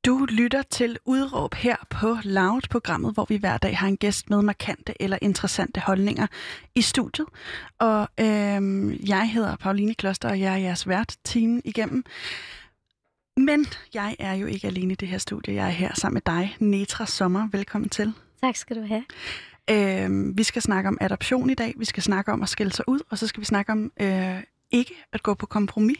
Du lytter til Udråb her på Loud, programmet, hvor vi hver dag har en gæst med markante eller interessante holdninger i studiet. Og jeg hedder Pauline Kloster, og jeg er jeres vært timen igennem. Men jeg er jo ikke alene i det her studie. Jeg er her sammen med dig, Netra Sommer. Velkommen til. Tak skal du have. Vi skal snakke om adoption i dag. Vi skal snakke om at skille sig ud, og så skal vi snakke om ikke at gå på kompromis.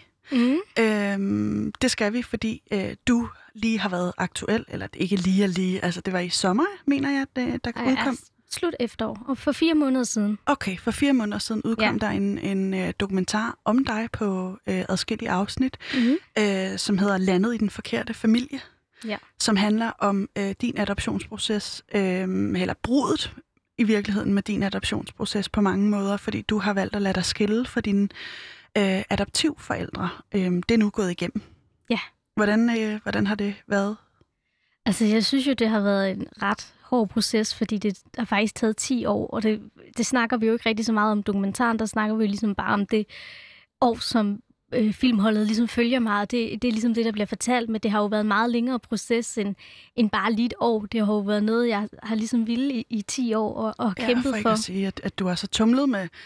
Det skal vi, fordi du lige har været aktuel, eller ikke lige, altså det var i sommer, mener jeg, der udkom. Slut efterår, og for 4 måneder siden. Okay, for 4 måneder siden udkom der en dokumentar om dig på adskillige afsnit, som hedder Landet i den forkerte familie, som handler om din adoptionsproces, eller brudet i virkeligheden med din adoptionsproces på mange måder, fordi du har valgt at lade dig skille fra dine adoptivforældre. Det er nu gået igennem. Ja. Hvordan har det været? Altså, jeg synes jo, det har været en ret hård proces, fordi det har faktisk taget 10 år, og det snakker vi jo ikke rigtig så meget om dokumentaren, der snakker vi jo ligesom bare om det år, som filmholdet ligesom følger meget. Det er ligesom det, der bliver fortalt, men det har jo været en meget længere proces end bare lige et år. Det har jo været noget, jeg har ligesom ville i 10 år og kæmpet for. Ja, for ikke at sige, at du har så tumlet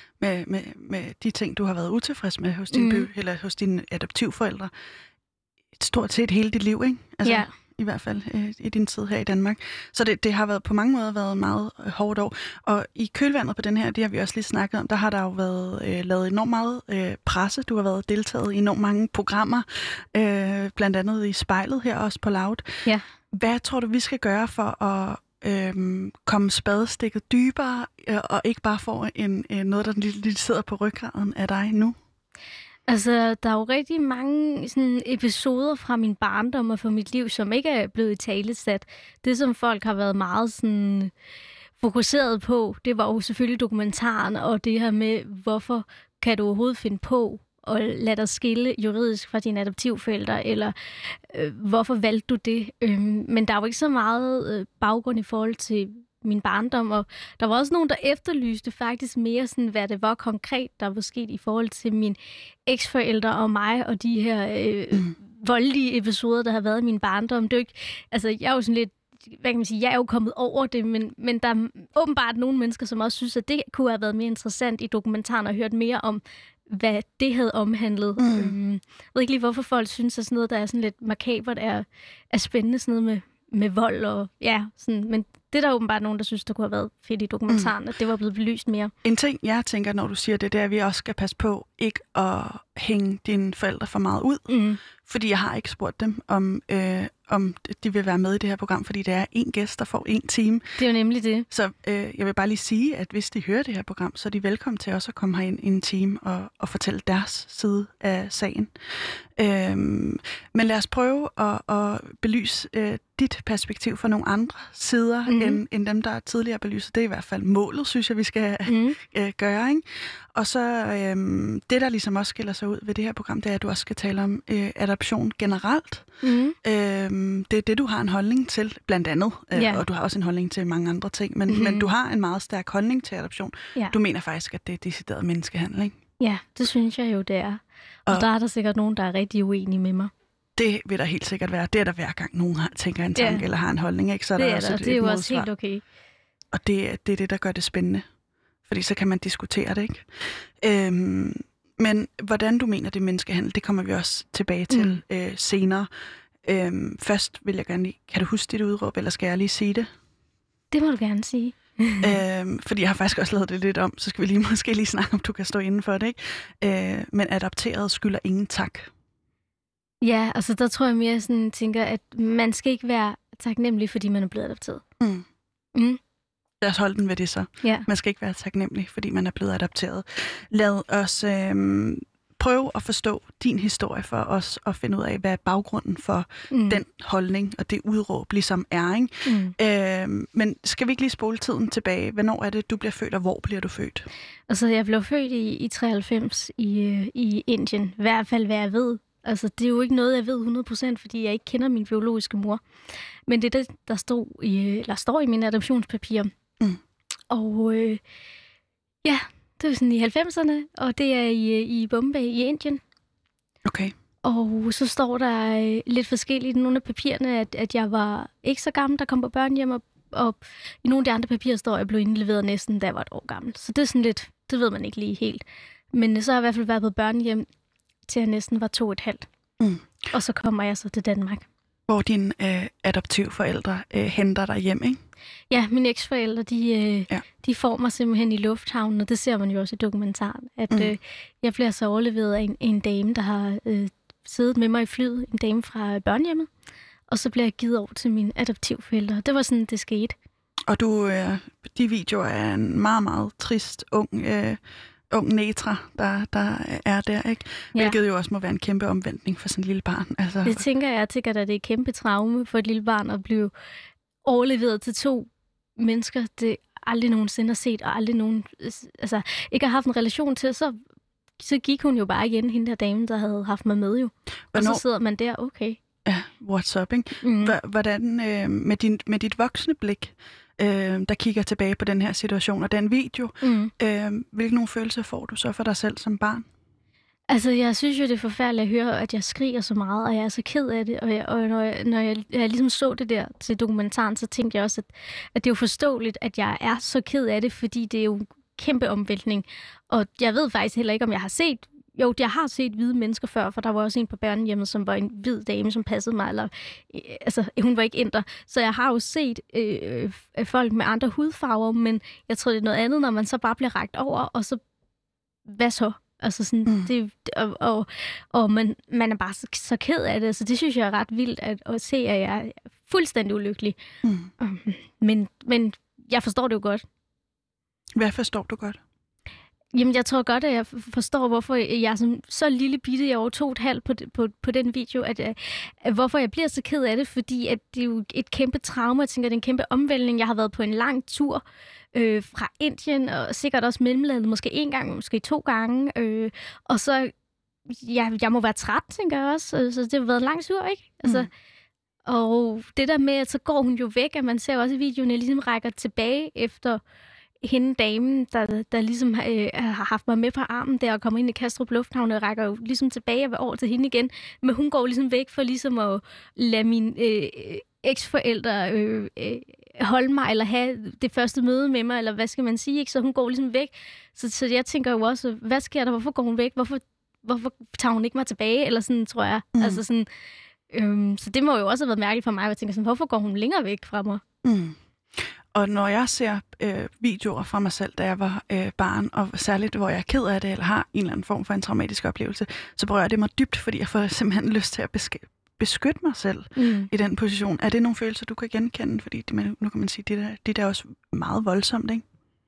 med de ting, du har været utilfreds med hos eller hos dine adoptivforældre. Stort set hele dit liv, ikke? Altså, ja. I hvert fald i din tid her i Danmark. Så det har været på mange måder været meget hårdt år. Og i kølvandet på den her, det har vi også lige snakket om, der har der jo været lavet enormt meget presse. Du har været deltaget i enormt mange programmer, blandt andet i Spejlet her også på Loud. Ja. Hvad tror du, vi skal gøre for at komme spadestikket dybere, og ikke bare få noget, der lige sidder på ryggraden af dig nu? Altså, der er jo rigtig mange sådan, episoder fra min barndom og fra mit liv, som ikke er blevet italesat. Det, som folk har været meget sådan, fokuseret på, det var jo selvfølgelig dokumentaren og det her med, hvorfor kan du overhovedet finde på at lade dig skille juridisk fra dine adoptivforældre, eller hvorfor valgte du det? Men der er jo ikke så meget baggrund i forhold til min barndom, og der var også nogen, der efterlyste faktisk mere sådan, hvad det var konkret, der var sket i forhold til mine eksforældre og mig, og de her voldelige episoder, der har været i min barndom. Det er jo ikke, altså, jeg er jo sådan lidt, hvad kan man sige, jeg er jo kommet over det, men der er åbenbart nogle mennesker, som også synes, at det kunne have været mere interessant i dokumentaren, og hørt mere om, hvad det havde omhandlet. Jeg ved ikke lige, hvorfor folk synes, at sådan noget, der er sådan lidt makabert, er spændende, sådan noget med vold og sådan, men det er der åbenbart nogen, der synes, der kunne have været fedt i dokumentaren, at det var blevet belyst mere. En ting, jeg tænker, når du siger det, det er, at vi også skal passe på ikke at hænge dine forældre for meget ud, fordi jeg har ikke spurgt dem, om de vil være med i det her program, fordi det er én gæst, der får 1 time. Det er jo nemlig det. Så jeg vil bare lige sige, at hvis de hører det her program, så er de velkommen til også at komme herind i en time og fortælle deres side af sagen. Men lad os prøve at belyse dit perspektiv fra nogle andre sider, end dem, der tidligere belyset. Det er i hvert fald målet, synes jeg, vi skal gøre. Ikke? Og så det, der ligesom også skiller sig ud ved det her program, det er, at du også skal tale om adoption generelt. Det er det, du har en holdning til, blandt andet. Og du har også en holdning til mange andre ting. Men du har en meget stærk holdning til adoption. Ja. Du mener faktisk, at det er decideret menneskehandel, ikke? Ja, det synes jeg jo, det er. Og der er der sikkert nogen, der er rigtig uenige med mig. Det vil der helt sikkert være. Det er der hver gang nogen tænker en tanke eller har en holdning, ikke? Så er der også det er jo også helt okay. Og det er det, der gør det spændende. Fordi så kan man diskutere det, ikke? Men hvordan du mener, det er menneskehandel, det kommer vi også tilbage til senere. Først vil jeg gerne lige... Kan du huske dit udråb, eller skal jeg lige sige det? Det må du gerne sige. Fordi jeg har faktisk også lavet det lidt om, så skal vi måske lige snakke om, du kan stå inden for det, ikke? Men adopteret skylder ingen tak. Ja, altså der tror jeg mere sådan, tænker, at man skal ikke være taknemmelig, fordi man er blevet adopteret. Lad os holde den ved det så. Ja. Man skal ikke være taknemmelig, fordi man er blevet adopteret. Lad os prøve at forstå din historie for os, og finde ud af, hvad er baggrunden for den holdning og det udråb ligesom er, ikke? Men skal vi ikke lige spole tiden tilbage? Hvornår er det, du bliver født, og hvor bliver du født? Altså, jeg blev født i 93 i Indien. I hvert fald, hvad jeg ved. Altså, det er jo ikke noget, jeg ved 100%, fordi jeg ikke kender min biologiske mor. Men det er det, der står i mine adoptionspapirer. Og det er sådan i 90'erne, og det er i Bombay i Indien. Okay. Og så står der lidt forskelligt i nogle af papirerne, at jeg var ikke så gammel, der kom på børnehjem, og i nogle af de andre papirer står, at jeg blev indleveret næsten, da jeg var 1 år gammel. Så det er sådan lidt, det ved man ikke lige helt. Men så har jeg i hvert fald været på børnehjem, til jeg næsten var 2,5. Og så kommer jeg så til Danmark. Hvor dine adoptivforældre henter dig hjem, ikke? Ja, mine eksforældre, de får mig simpelthen i lufthavnen, og det ser man jo også i dokumentaren, at jeg bliver så overleveret af en dame, der har siddet med mig i flyet, en dame fra børnehjemmet, og så bliver jeg givet over til mine adoptivforældre. Det var sådan, det skete. Og de videoer er en meget, meget trist ung Netra, der er der, ikke? Hvilket jo også må være en kæmpe omvæltning for sådan en lille barn. Altså. Det tænker jeg, at det er et kæmpe traume for et lille barn at blive overleveret til 2 mennesker, det aldrig nogensinde har set, og aldrig ikke har haft en relation til, så gik hun jo bare igen, hende der dame, der havde haft mig med jo. Og så sidder man der, okay. Ja, what's up, ikke? Hvordan med dit voksne blik, der kigger tilbage på den her situation og den video, hvilke nogle følelser får du så for dig selv som barn? Altså, jeg synes jo, det er forfærdeligt at høre, at jeg skriger så meget, og jeg er så ked af det. Og når jeg ligesom så det der til dokumentaren, så tænkte jeg også, at det er jo forståeligt, at jeg er så ked af det, fordi det er jo en kæmpe omvæltning. Og jeg ved faktisk heller ikke, om jeg har set... Jo, jeg har set hvide mennesker før, for der var også en på børnehjemmet, som var en hvid dame, som passede mig. Eller, altså, hun var ikke inder. Så jeg har jo set folk med andre hudfarver, men jeg tror, det er noget andet, når man så bare bliver rakt over, og så... Hvad så? Altså sådan, og man er bare så ked af det. Så det synes jeg er ret vildt at se, at jeg er fuldstændig ulykkelig. Men jeg forstår det jo godt. Hvad forstår du godt? Jamen, jeg tror godt, at jeg forstår, hvorfor jeg er så lille bitte, jeg er over 2,5 på den video, at hvorfor jeg bliver så ked af det, fordi at det er jo et kæmpe traume. Jeg tænker, det er en kæmpe omvæltning. Jeg har været på en lang tur fra Indien, og sikkert også mellemlandet, måske 1 gang, måske 2 gange. Og så, jeg må være træt, tænker jeg også. Så det har været en lang tur, ikke? Altså, og det der med, at så går hun jo væk, at man ser også i videoen, at jeg ligesom rækker tilbage efter hende damen, der ligesom har haft mig med på armen der og kommer ind i Kastrup Lufthavn og rækker jo ligesom tilbage over til hende igen. Men hun går ligesom væk for ligesom at lade mine eksforældre holde mig eller have det første møde med mig, eller hvad skal man sige, ikke? Så hun går ligesom væk. Så jeg tænker jo også, hvad sker der? Hvorfor går hun væk? Hvorfor tager hun ikke mig tilbage? Eller sådan, tror jeg. Altså sådan, så det må jo også have været mærkeligt for mig, at jeg tænker sådan, hvorfor går hun længere væk fra mig? Og når jeg ser videoer fra mig selv, da jeg var barn, og særligt hvor jeg er ked af det, eller har en eller anden form for en traumatisk oplevelse, så berører det mig dybt, fordi jeg får simpelthen lyst til at beskytte mig selv i den position. Er det nogle følelser, du kan genkende? Fordi nu kan man sige, det er også meget voldsomt, ikke?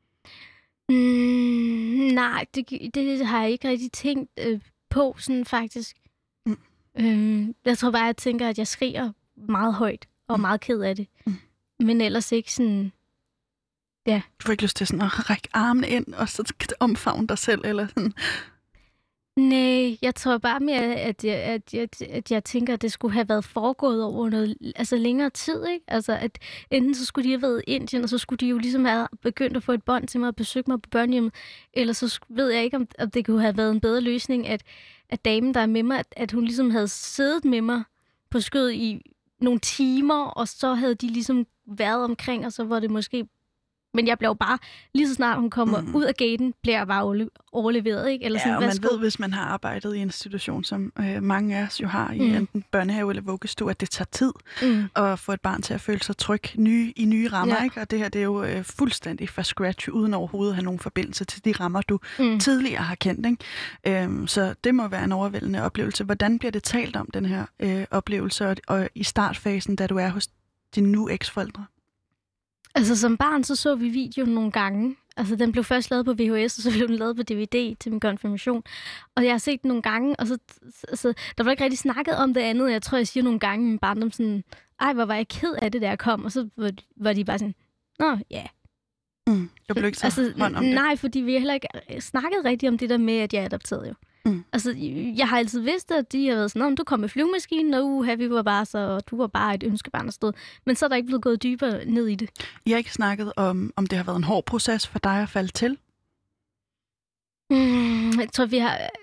Nej, det har jeg ikke rigtig tænkt på, sådan faktisk. Jeg tror bare, jeg tænker, at jeg skriger meget højt, og er meget ked af det. Men ellers ikke sådan... Ja. Du får ikke lyst til sådan at række armene ind, og så omfavne dig selv, eller sådan? Nej, jeg tror bare mere, at jeg tænker, at det skulle have været foregået over noget længere tid, ikke? Altså, at enten så skulle de have været i Indien, og så skulle de jo ligesom have begyndt at få et bånd til mig og besøge mig på børnehjemmet. Eller så ved jeg ikke, om det kunne have været en bedre løsning, at damen, der er med mig, at hun ligesom havde siddet med mig på skødet i nogle timer, og så havde de ligesom været omkring, og så var det måske... Men jeg blev bare, lige så snart hun kommer ud af gaten, bliver jeg bare overleveret, ikke? Eller sådan, ja, og man ved, hvis man har arbejdet i en institution, som mange af os jo har, i enten børnehave eller vuggestue, at det tager tid at få et barn til at føle sig tryg i nye rammer, ikke? Og det her, det er jo fuldstændig fra scratch, uden overhovedet at have nogen forbindelse til de rammer, du tidligere har kendt, ikke? Så det må være en overvældende oplevelse. Hvordan bliver det talt om, den her oplevelse, og i startfasen, da du er hos dine nu eksforældre? Altså som barn, så vi videoen nogle gange. Altså den blev først lavet på VHS, og så blev den lavet på DVD til min konfirmation. Og jeg har set den nogle gange, og så der var ikke rigtig snakket om det andet. Jeg tror, jeg siger nogle gange i min barndom sådan, ej, hvor var jeg ked af det, da jeg kom. Og så var de bare sådan, nå, ja. Jeg blev ikke så hånd om det. Nej, fordi vi heller ikke snakket rigtigt om det der med, at jeg er adopteret jo. Altså, jeg har altid vidst, at de har været sådan, du kom med flyvemaskinen, og vi var bare så, du var bare et ønskebarn, der stod. Men så er der ikke blevet gået dybere ned i det. I har ikke snakket om det har været en hård proces for dig at falde til? Jeg tror,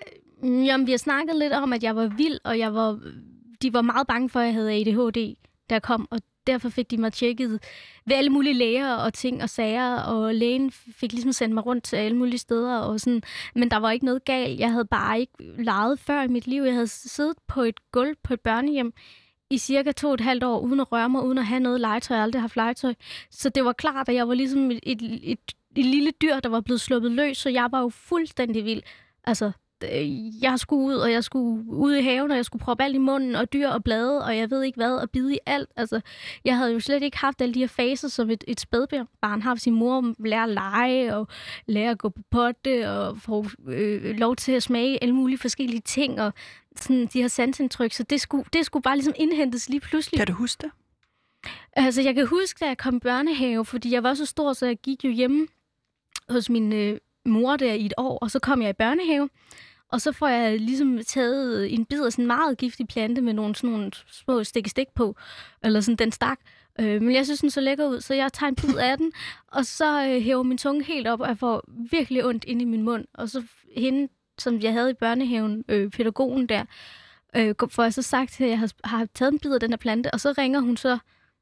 Jamen, vi har snakket lidt om, at jeg var vild, og de var meget bange for, at jeg havde ADHD, der kom, og derfor fik de mig tjekket ved alle mulige læger og ting og sager, og lægen fik ligesom sendt mig rundt til alle mulige steder, og sådan. Men der var ikke noget galt. Jeg havde bare ikke leget før i mit liv. Jeg havde siddet på et gulv på et børnehjem i cirka 2,5 år, uden at røre mig, uden at have noget legetøj. Jeg har aldrig haft legetøj. Så det var klart, at jeg var ligesom et lille dyr, der var blevet sluppet løs, så jeg var jo fuldstændig vild. Altså, jeg skulle ud, og jeg skulle ud i haven, og jeg skulle proppe alt i munden, og dyr og blade, og jeg ved ikke hvad, og bide i alt. Altså, jeg havde jo slet ikke haft alle de her faser, som et spædbarn har sin mor, lære at lege, og lære at gå på potte, og få lov til at smage alle mulige forskellige ting, og sådan de her sansindtryk. Så det skulle bare ligesom indhentes lige pludselig. Kan du huske det? Altså, jeg kan huske, da jeg kom i børnehave, fordi jeg var så stor, så jeg gik jo hjemme hos min mor der i et år, og så kom jeg i børnehave. Og så får jeg ligesom taget en bid af sådan en meget giftig plante med nogle små stik på, eller sådan den stak. Men jeg synes, den så lækker ud, så jeg tager en bid af den, og så hæver min tunge helt op, og jeg får virkelig ondt ind i min mund. Og så hende, som jeg havde i børnehaven, pædagogen der, får jeg så sagt til, at jeg har taget en bid af den her plante, og så ringer hun så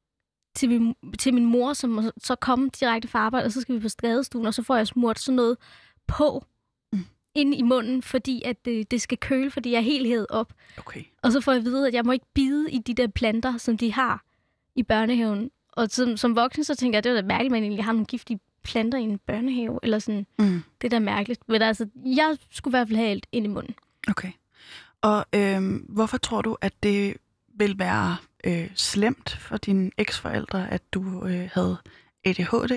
til min mor, som så kommer direkte fra arbejde, og så skal vi på skadestuen, og så får jeg smurt sådan noget på ind i munden, fordi at det skal køle, fordi jeg er helt hævet op. Okay. Og så får jeg at vide, at jeg må ikke bide i de der planter, som de har i børnehaven. Og som voksen, så tænker jeg, det er da mærkeligt, at man egentlig har nogle giftige planter i en børnehave, eller sådan. Det er da mærkeligt. Men altså, jeg skulle i hvert fald have alt ind i munden. Okay. Og hvorfor tror du, at det vil være slemt for dine eksforældre, at du havde ADHD?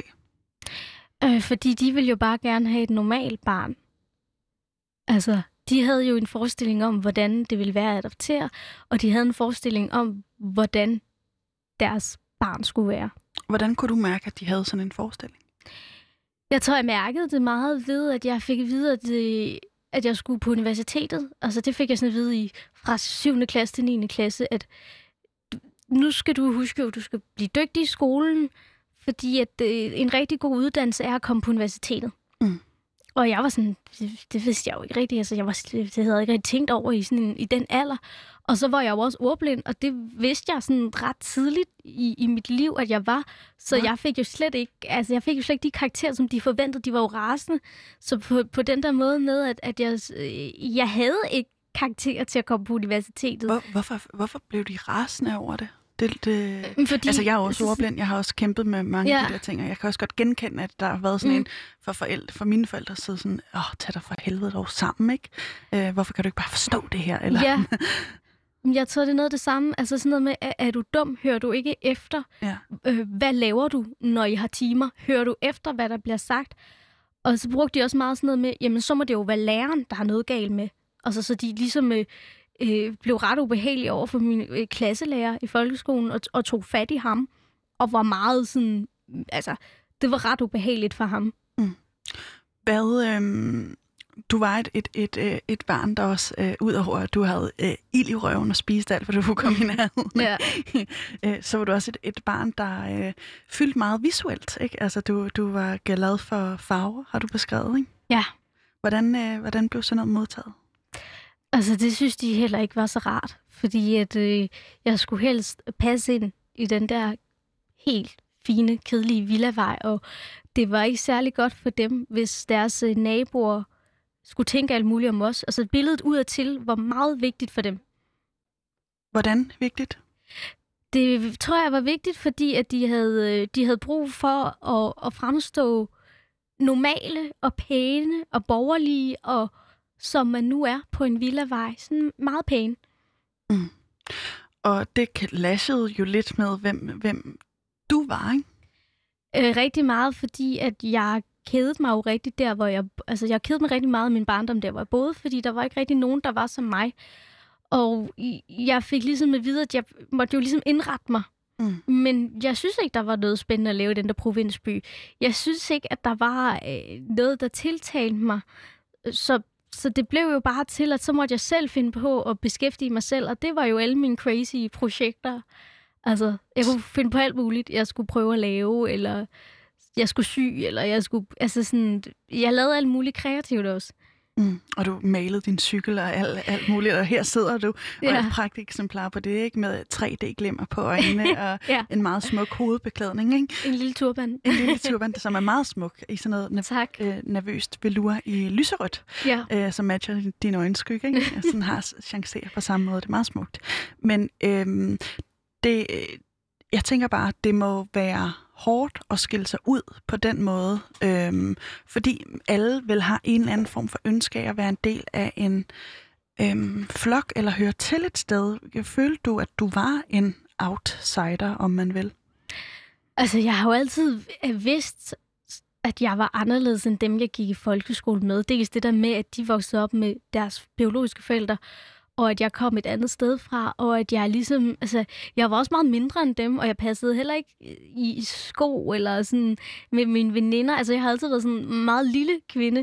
Fordi de ville jo bare gerne have et normalt barn. Altså, de havde jo en forestilling om, hvordan det ville være at adoptere, og de havde en forestilling om, hvordan deres barn skulle være. Hvordan kunne du mærke, at de havde sådan en forestilling? Jeg tror, jeg mærkede det meget ved, at jeg fik at vide, at jeg skulle på universitetet. Altså, det fik jeg sådan at vide fra 7. klasse til 9. klasse, at nu skal du huske, at du skal blive dygtig i skolen, fordi at en rigtig god uddannelse er at komme på universitetet. Og jeg var sådan, det vidste jeg jo ikke rigtigt, altså det havde jeg ikke rigtig tænkt over i den alder. Og så var jeg jo også ordblind, og det vidste jeg sådan ret tidligt i mit liv, at jeg var. Så jeg fik jo slet ikke de karakterer, som de forventede. De var jo rasende. Så på den der måde med, at jeg havde ikke karakterer til at komme på universitetet. Hvorfor blev de rasende over det? Fordi, altså, jeg er også ordblind. Jeg har også kæmpet med mange af de der ting, og jeg kan også godt genkende, at der har været sådan en for mine forældre sidder sådan, tag dig for helvede dog sammen, ikke? Hvorfor kan du ikke bare forstå det her? Eller? Ja. Jeg tror, det er noget af det samme. Altså sådan noget med, er du dum? Hører du ikke efter? Ja. Hvad laver du, når I har timer? Hører du efter, hvad der bliver sagt? Og så brugte de også meget sådan noget med, jamen så må det jo være læreren, der har noget galt med. Altså så de ligesom blev ret ubehagelige over for min klasselærer i folkeskolen, og tog fat i ham, og var meget sådan, altså, det var ret ubehageligt for ham. Du var et barn, der også, udover at du havde ild i røven og spiste alt, for du kunne komme i nærheden, så var du også et barn, der fyldte meget visuelt, ikke? Altså, du var glad for farver, har du beskrevet, ikke? Ja. Hvordan blev sådan noget modtaget? Altså, det synes de heller ikke var så rart, fordi at jeg skulle helst passe ind i den der helt fine, kedelige villavej, og det var ikke særlig godt for dem, hvis deres naboer skulle tænke alt muligt om os. Altså, billedet udadtil var meget vigtigt for dem. Hvordan vigtigt? Det tror jeg var vigtigt, fordi at de havde brug for at fremstå normale og pæne og borgerlige, og som man nu er på en villavej. Sådan meget pæne. Og det clashede jo lidt med, hvem du var, ikke? Rigtig meget, fordi at jeg kædede mig jo rigtig der, hvor jeg kædede mig rigtig meget i min barndom der, hvor jeg boede, fordi der var ikke rigtig nogen, der var som mig. Og jeg fik ligesom at vide, at jeg måtte jo ligesom indrette mig. Men jeg synes ikke, der var noget spændende at lave i den der provinsby. Jeg synes ikke, at der var noget, der tiltalte mig. Så det blev jo bare til, at så måtte jeg selv finde på at beskæftige mig selv, og det var jo alle mine crazy projekter. Altså, jeg kunne finde på alt muligt, jeg skulle prøve at lave, eller jeg skulle sy, eller jeg skulle, altså sådan, jeg lavede alt muligt kreativt også. Og du malede din cykel og alt muligt, og her sidder du og er et pragteksemplar på det, ikke? Med 3D-glimmer på øjnene og en meget smuk hovedbeklædning, ikke? En lille turban. En lille turban, som er meget smuk i sådan noget nervøst velour i lyserødt, som matcher din øjenskygge, ikke? Sådan har chancer på samme måde. Det er meget smukt. Men jeg tænker bare, at det må være hårdt at skille sig ud på den måde, fordi alle vel har en eller anden form for ønske af at være en del af en flok eller høre til et sted. Følte du, at du var en outsider, om man vil? Altså, jeg har jo altid vidst, at jeg var anderledes end dem, jeg gik i folkeskole med. Dels det der med, at de voksede op med deres biologiske forældre, og at jeg kom et andet sted fra, og at jeg ligesom, altså, jeg var også meget mindre end dem, og jeg passede heller ikke i sko eller sådan med mine veninder. Altså, jeg har altid været sådan en meget lille kvinde.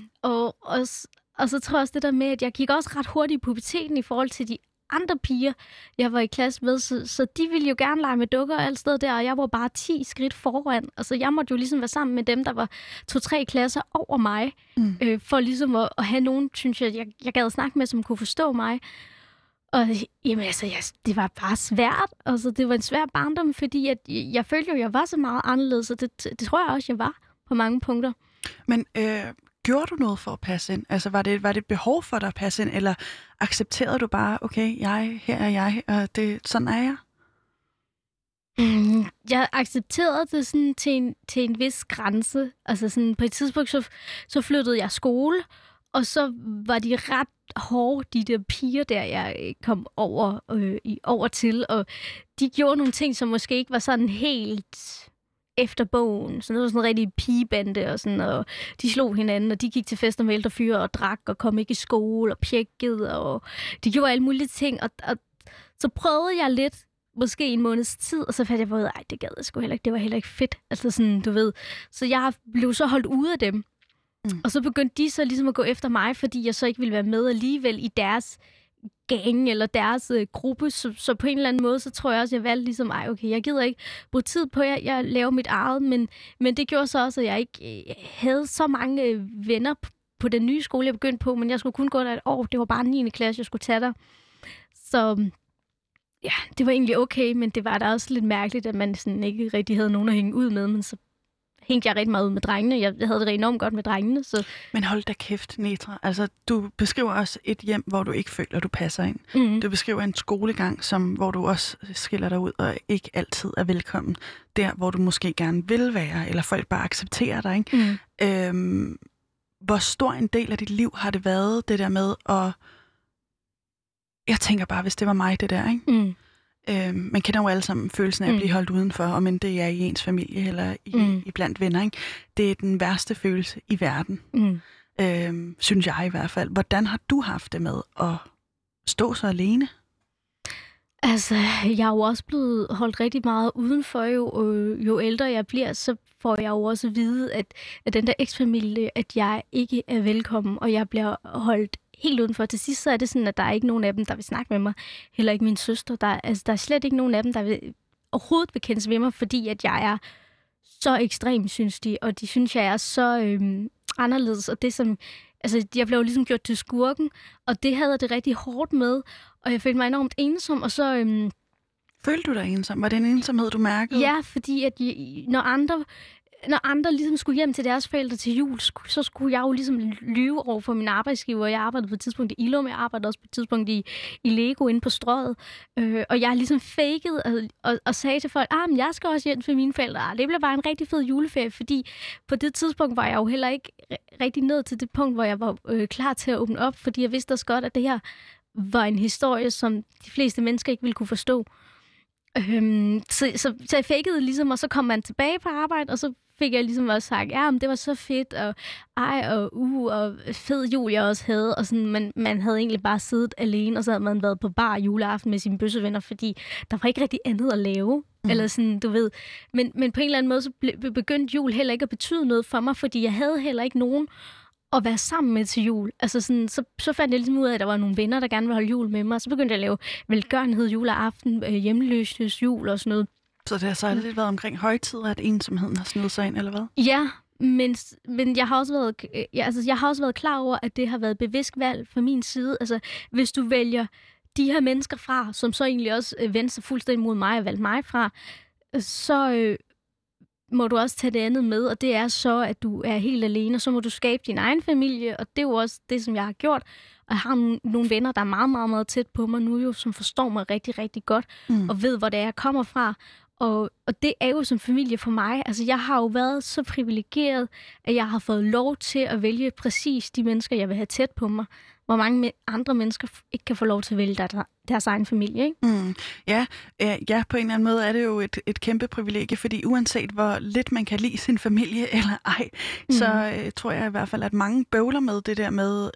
Og så tror jeg også det der med, at jeg gik også ret hurtigt i puberteten i forhold til de andre piger, jeg var i klasse med, så de ville jo gerne lege med dukker alt sted der, og jeg var bare 10 skridt foran. Altså, jeg måtte jo ligesom være sammen med dem, der var 2-3 klasser over mig, for ligesom at have nogen, synes jeg gad snakke med, som kunne forstå mig. Og jamen, altså, det var bare svært. Altså, det var en svær barndom, fordi at jeg følte jo, jeg var så meget anderledes, og det tror jeg også, jeg var på mange punkter. Men gjorde du noget for at passe ind? Altså, var det et behov for dig at passe ind, eller accepterede du bare, okay, her er jeg, og sådan er jeg? Jeg accepterede det sådan til en vis grænse. Altså sådan, på et tidspunkt, så flyttede jeg skole, og så var de ret hårde, de der piger der, jeg kom over til, og de gjorde nogle ting, som måske ikke var sådan helt efter bogen. Så det var sådan en rigtig pigebande, og sådan, og de slog hinanden, og de gik til fester med ældre fyre og drak, og kom ikke i skole, og pjekkede, og de gjorde alle mulige ting, og så prøvede jeg lidt, måske en måneds tid, og så fandt jeg på, at det gad jeg sgu heller ikke, det var heller ikke fedt, altså sådan, du ved. Så jeg blev så holdt ude af dem, og så begyndte de så ligesom at gå efter mig, fordi jeg så ikke ville være med alligevel i deres gang eller deres gruppe, så på en eller anden måde, så tror jeg også, jeg valgte ligesom, okay, jeg gider ikke bruge tid på, at jeg laver mit eget, men det gjorde så også, at jeg ikke havde så mange venner på den nye skole, jeg begyndte på, men jeg skulle kun gå der et år, det var bare 9. klasse, jeg skulle tage der. Så ja, det var egentlig okay, men det var da også lidt mærkeligt, at man sådan ikke rigtig havde nogen at hænge ud med, men så hængte jeg rigtig meget ud med drengene. Jeg havde det enormt godt med drengene. Så. Men hold da kæft, Netra. Altså, du beskriver også et hjem, hvor du ikke føler, du passer ind. Mm-hmm. Du beskriver en skolegang, hvor du også skiller dig ud og ikke altid er velkommen. Der, hvor du måske gerne vil være, eller folk bare accepterer dig. Ikke? Hvor stor en del af dit liv har det været, det der med at... Jeg tænker bare, hvis det var mig, det der, ikke? Man kender jo alle sammen følelsen af at blive holdt udenfor, om end det er i ens familie eller i blandt venner, ikke? Det er den værste følelse i verden, synes jeg i hvert fald. Hvordan har du haft det med at stå så alene? Altså, jeg er jo også blevet holdt rigtig meget udenfor, jo ældre jeg bliver, så får jeg jo også at vide, at den der eksfamilie, at jeg ikke er velkommen, og jeg bliver holdt helt udenfor. Til sidst så er det sådan, at der er ikke nogen af dem, der vil snakke med mig. Heller ikke min søster. Der er slet ikke nogen af dem, der overhovedet vil kendes ved mig, fordi at jeg er så ekstrem, synes de. Og de synes, jeg er så anderledes. Og det som... Altså, jeg blev ligesom gjort til skurken, og det havde jeg det rigtig hårdt med. Og jeg følte mig enormt ensom, og så... Følte du dig ensom? Var det en ensomhed, du mærkede? Ja, fordi at når andre ligesom skulle hjem til deres forældre til jul, så skulle jeg jo ligesom lyve over for min arbejdsgiver. Jeg arbejdede på et tidspunkt i Ilum, jeg arbejdede også på et tidspunkt i Lego inde på Strøget. Og jeg ligesom fakede og sagde til folk, men jeg skal også hjem til mine forældre. Det blev bare en rigtig fed juleferie, fordi på det tidspunkt var jeg jo heller ikke rigtig nået til det punkt, hvor jeg var klar til at åbne op, fordi jeg vidste også godt, at det her var en historie, som de fleste mennesker ikke ville kunne forstå. Så jeg fakede ligesom, og så kom man tilbage på arbejde, og så fik jeg ligesom også sagt, men det var så fedt, og fed jul jeg også havde, og sådan, man havde egentlig bare siddet alene, og så havde man været på bar juleaften med sine bøssevenner, fordi der var ikke rigtig andet at lave, eller sådan, du ved. Men på en eller anden måde, så begyndte jul heller ikke at betyde noget for mig, fordi jeg havde heller ikke nogen at være sammen med til jul. Altså sådan, så fandt jeg ligesom ud af, at der var nogle venner, der gerne ville holde jul med mig, og så begyndte jeg at lave velgørenhed juleaften, hjemløses jul og sådan noget. Så det har så lidt været omkring højtider, at ensomheden har snedet sig ind, eller hvad? Ja, Men jeg har også været klar over, at det har været bevidst valg fra min side. Altså, hvis du vælger de her mennesker fra, som så egentlig også vendte sig fuldstændig mod mig og valgte mig fra, så må du også tage det andet med, og det er så, at du er helt alene, og så må du skabe din egen familie, og det er jo også det, som jeg har gjort. Og jeg har nogle venner, der er meget, meget, meget tæt på mig nu, jo, som forstår mig rigtig, rigtig godt, og ved, hvor det er, jeg kommer fra. Og det er jo som familie for mig. Altså, jeg har jo været så privilegeret, at jeg har fået lov til at vælge præcis de mennesker, jeg vil have tæt på mig. Hvor mange andre mennesker ikke kan få lov til at vælge deres egen familie, ikke? Ja, på en eller anden måde er det jo et kæmpe privilegie, fordi uanset hvor lidt man kan lide sin familie eller ej, så tror jeg i hvert fald, at mange bøvler med det der med...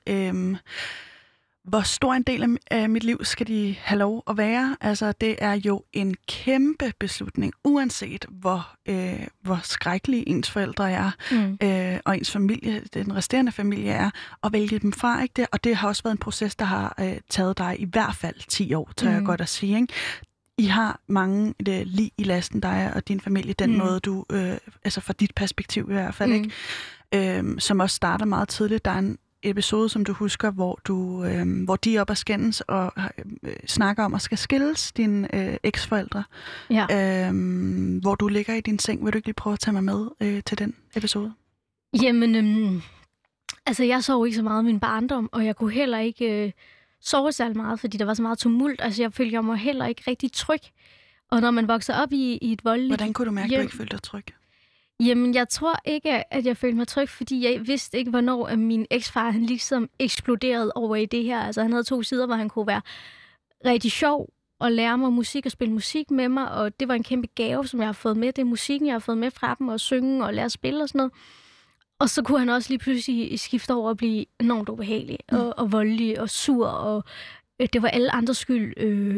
hvor stor en del af mit liv skal de have lov at være? Altså, det er jo en kæmpe beslutning, uanset hvor skrækkelige ens forældre er, og ens familie, den resterende familie er, at vælge dem fra, ikke det? Og det har også været en proces, der har taget dig i hvert fald 10 år, tør jeg godt at sige, ikke? I har mange lig i lasten, dig og din familie, den måde du, altså fra dit perspektiv i hvert fald, ikke? Som også starter meget tidligt. Der er en episode, som du husker, hvor de er oppe at skændes og snakker om at skal skilles, dine eksforældre. Ja. Hvor du ligger i din seng. Vil du ikke lige prøve at tage mig med til den episode? Jamen, altså jeg sov ikke så meget i min barndom, og jeg kunne heller ikke sove særlig meget, fordi der var så meget tumult. Altså jeg følte mig heller ikke rigtig tryg. Og når man vokser op i et voldeligt... Hvordan kunne du mærke, at du ikke følte dig tryg? Jamen, jeg tror ikke, at jeg følte mig tryg, fordi jeg vidste ikke, hvornår at min eksfar, han ligesom eksploderede over i det her. Altså, han havde 2 sider, hvor han kunne være rigtig sjov og lære mig musik og spille musik med mig, og det var en kæmpe gave, som jeg har fået med. Det er musikken, jeg har fået med fra dem, og synge og lære at spille og sådan noget. Og så kunne han også lige pludselig skifte over at blive enormt ubehagelig og voldelig og sur, og det var alle andres skyld,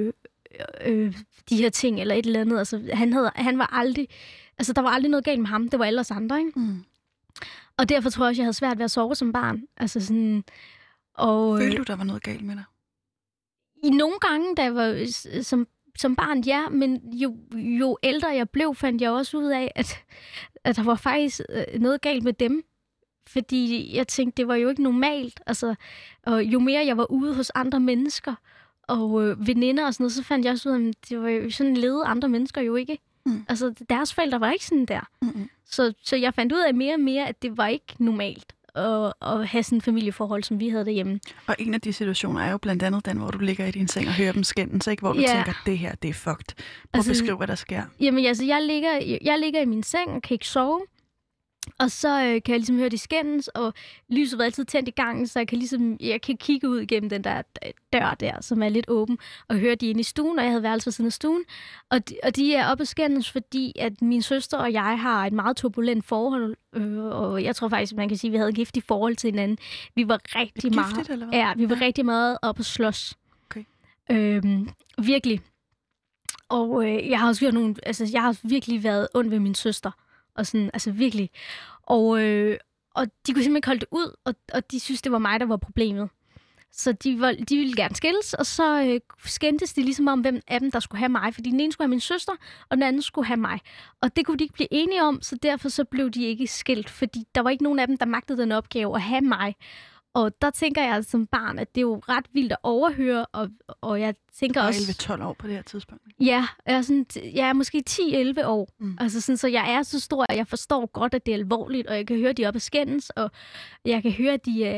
de her ting eller et eller andet. Altså, han var aldrig... Altså, der var aldrig noget galt med ham. Det var alle os andre, ikke? Og derfor tror jeg også, jeg havde svært ved at sove som barn. Altså sådan... Og, følte du, der var noget galt med dig? I nogle gange, da jeg var som barn, ja. Men jo ældre jeg blev, fandt jeg også ud af, at der var faktisk noget galt med dem. Fordi jeg tænkte, det var jo ikke normalt. Altså, og jo mere jeg var ude hos andre mennesker og veninder og sådan noget, så fandt jeg også ud af, at det var jo sådan levede andre mennesker jo ikke. Altså, deres forældre var ikke sådan der. Så jeg fandt ud af mere og mere, at det var ikke normalt at have sådan et familieforhold, som vi havde derhjemme. Og en af de situationer er jo blandt andet den, hvor du ligger i din seng og hører dem skændes, ikke? Hvor du tænker, det her, det er fucked. Prøv at beskrive, hvad der sker. Jamen, altså, jeg ligger i min seng og kan ikke sove. Og så kan jeg ligesom høre de skændes, og lyset var altid tændt i gangen, så jeg kan kigge ud gennem den der dør der, som er lidt åben, og høre de inde i stuen, og jeg havde værelse ved siden af stuen. Og de er oppe at skændes, fordi at min søster og jeg har et meget turbulent forhold, og jeg tror faktisk, man kan sige, at vi havde et giftigt forhold til hinanden. Vi var rigtig meget... Giftigt, eller hvad? Ja, vi var rigtig meget oppe at slås. Okay. Virkelig. Og jeg har også gjort nogle... Altså, jeg har virkelig været ond ved min søster. Og sådan, altså virkelig. Og de kunne simpelthen ikke holde det ud, og de synes, det var mig, der var problemet. Så de ville gerne skilles, og så skændtes de ligesom om, hvem af dem, der skulle have mig. Fordi den ene skulle have min søster, og den anden skulle have mig. Og det kunne de ikke blive enige om, så derfor så blev de ikke skilt. Fordi der var ikke nogen af dem, der magtede den opgave at have mig. Og der tænker jeg som barn, at det er jo ret vildt at overhøre, og jeg tænker også... 11-12 år på det her tidspunkt. Ja, jeg er måske 10-11 år. Altså sådan, så jeg er så stor, at jeg forstår godt, at det er alvorligt, og jeg kan høre, at de er oppe at skændes, og jeg kan høre, at de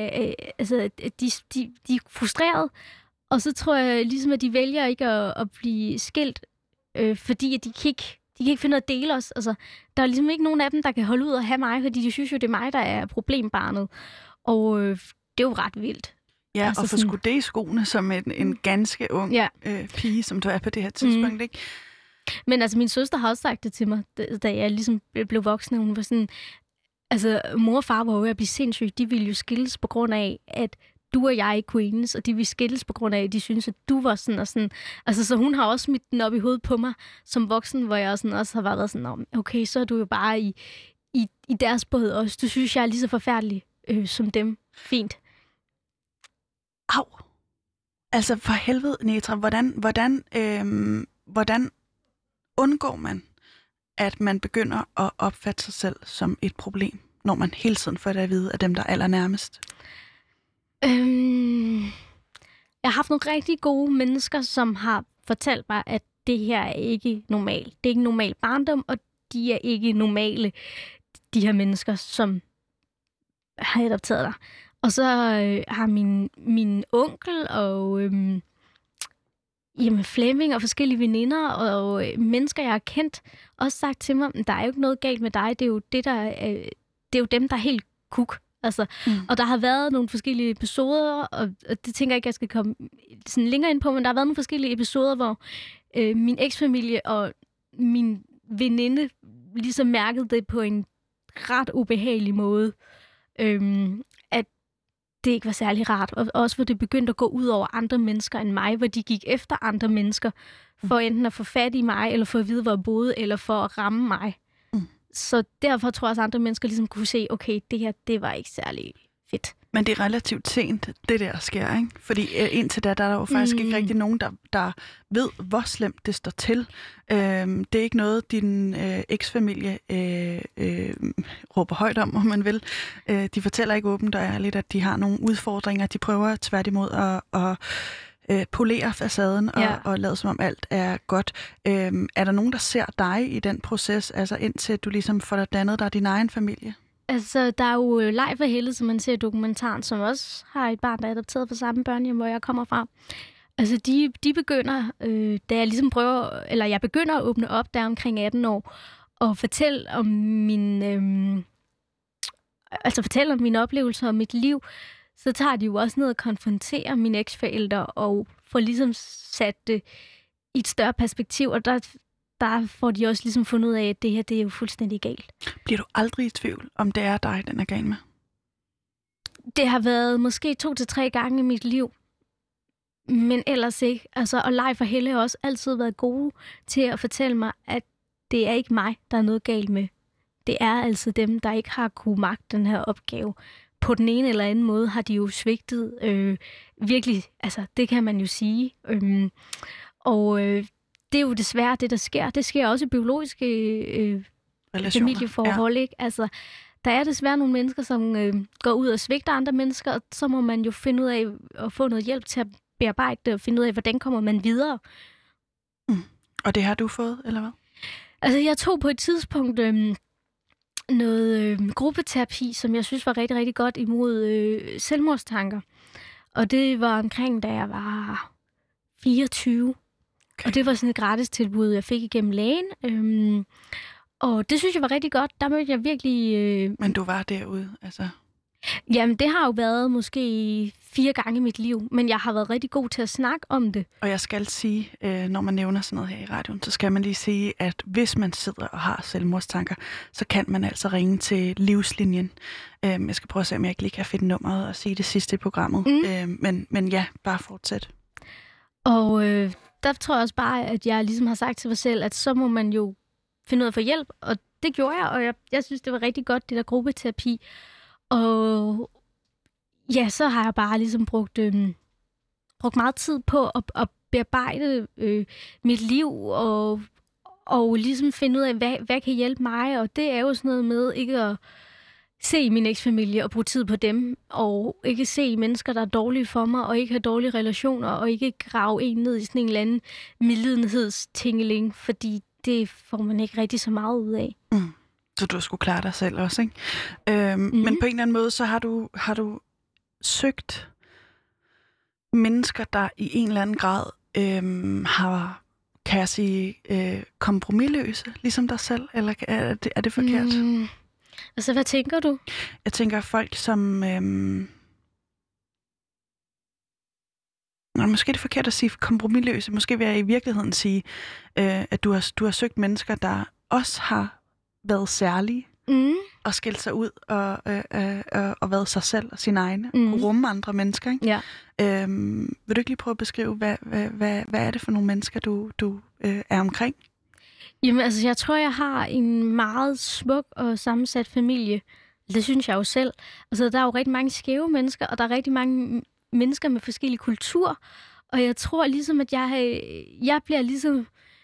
er frustreret. Og så tror jeg ligesom, at de vælger ikke at blive skilt, fordi at de kan ikke finde ud af at dele os. Altså, der er ligesom ikke nogen af dem, der kan holde ud og have mig, fordi de synes jo, det er mig, der er problembarnet. Og det er jo ret vildt. Ja, altså, og få skudt det i skoene som en ganske ung pige, som du er på det her tidspunkt, ikke? Men altså, min søster har også sagt det til mig, da jeg ligesom blev voksen. Hun var sådan, altså, mor og far var jo ved at blive sindssyge. De ville jo skilles på grund af, at du og jeg ikke kunne enes, og de ville skilles på grund af, at de synes, at du var sådan og sådan. Altså, så hun har også smidt den op i hovedet på mig som voksen, hvor jeg også har været sådan, okay, så er du jo bare i deres båd også. Du synes, jeg er lige så forfærdelig som dem. Fint. Au. Altså for helvede, Netra, hvordan undgår man, at man begynder at opfatte sig selv som et problem, når man hele tiden får det at vide af dem, der er allernærmest? Jeg har haft nogle rigtig gode mennesker, som har fortalt mig, at det her er ikke normalt. Det er ikke normal barndom, og de er ikke normale, de her mennesker, som har adopteret dig. Og så har min onkel og Flemming og forskellige veninder og mennesker, jeg har kendt, også sagt til mig, der er jo ikke noget galt med dig. Det er jo, det er jo dem, der er helt kuk. Altså, og der har været nogle forskellige episoder, og det tænker jeg ikke, jeg skal komme sådan længere ind på, men der har været nogle forskellige episoder, hvor min eksfamilie og min veninde ligesom mærkede det på en ret ubehagelig måde, at det ikke var særlig rart. Og også hvor det begyndte at gå ud over andre mennesker end mig, hvor de gik efter andre mennesker, for enten at få fat i mig, eller for at vide, hvor jeg boede, eller for at ramme mig. Så derfor tror jeg også, at andre mennesker ligesom kunne se, okay, det her, det var ikke særlig fedt. Men det er relativt sent, det der sker, ikke? Fordi indtil da, der er der jo faktisk ikke rigtig nogen, der ved, hvor slemt det står til. Det er ikke noget, din eksfamilie råber højt om man vil. De fortæller ikke åbent og ærligt, at de har nogle udfordringer. De prøver tværtimod at polere facaden og lade som om alt er godt. Er der nogen, der ser dig i den proces, altså indtil du ligesom får dig dannet dig din egen familie? Altså, der er jo Leif og Helle, som man ser i dokumentaren, som også har et barn, der er adopteret fra samme børnehjem, hvor jeg kommer fra. Altså, de begynder, da jeg ligesom jeg begynder at åbne op, der omkring 18 år, og fortælle om mine oplevelser og mit liv, så tager de jo også ned og konfronterer mine eksforældre og får ligesom sat det i et større perspektiv, og der får de også ligesom fundet ud af, at det her, det er jo fuldstændig galt. Bliver du aldrig i tvivl, om det er dig, den er gal med? Det har været måske 2 til 3 gange i mit liv, men ellers ikke. Altså, og Leif og Helle har også altid været gode til at fortælle mig, at det er ikke mig, der er noget galt med. Det er altså dem, der ikke har kunne magte den her opgave. På den ene eller anden måde har de jo svigtet virkelig, altså det kan man jo sige. Det er jo desværre det, der sker. Det sker også i biologiske familieforhold, ikke? Altså, der er desværre nogle mennesker, som går ud og svigter andre mennesker, og så må man jo finde ud af at få noget hjælp til at bearbejde det, og finde ud af, hvordan kommer man videre. Og det har du fået, eller hvad? Altså, jeg tog på et tidspunkt noget gruppeterapi, som jeg synes var rigtig, rigtig godt imod selvmordstanker. Og det var omkring, da jeg var 24. Okay. Og det var sådan et gratis tilbud, jeg fik igennem lægen. Og det synes jeg var rigtig godt. Der mødte jeg virkelig... Men du var derude, altså? Jamen, det har jo været måske 4 gange i mit liv, men jeg har været rigtig god til at snakke om det. Og jeg skal sige, når man nævner sådan noget her i radioen, så skal man lige sige, at hvis man sidder og har selvmordstanker, så kan man altså ringe til Livslinjen. Jeg skal prøve at se, om jeg ikke lige kan finde nummeret og sige det sidste i programmet. Men ja, bare fortsæt. Og der tror jeg også bare, at jeg ligesom har sagt til mig selv, at så må man jo finde ud af at få hjælp. Og det gjorde jeg, og jeg synes, det var rigtig godt, det der gruppeterapi. Og ja, så har jeg bare ligesom brugt meget tid på at bearbejde mit liv og ligesom finde ud af, hvad kan hjælpe mig. Og det er jo sådan noget med ikke at se min eksfamilie og bruge tid på dem, og ikke se mennesker, der er dårlige for mig, og ikke have dårlige relationer, og ikke grave en ned i sådan en eller anden medlidenhedstingeling, fordi det får man ikke rigtig så meget ud af. Så du skulle klare dig selv også, ikke? Men på en eller anden måde, så har du søgt mennesker, der i en eller anden grad har, kan jeg sige, kompromisløse, ligesom dig selv, eller er det forkert? Altså, hvad tænker du? Jeg tænker folk, som... måske er det forkert at sige kompromisløse. Måske vil jeg i virkeligheden sige, at du har søgt mennesker, der også har været særlige og skilt sig ud og været sig selv og sine egne og rumme andre mennesker, ikke? Ja. Vil du ikke lige prøve at beskrive, hvad er det for nogle mennesker, du er omkring? Jamen, altså, jeg tror, jeg har en meget smuk og sammensat familie. Det synes jeg jo selv. Altså, der er jo rigtig mange skæve mennesker, og der er rigtig mange mennesker med forskellige kulturer. Og jeg tror ligesom, at jeg bliver ligesom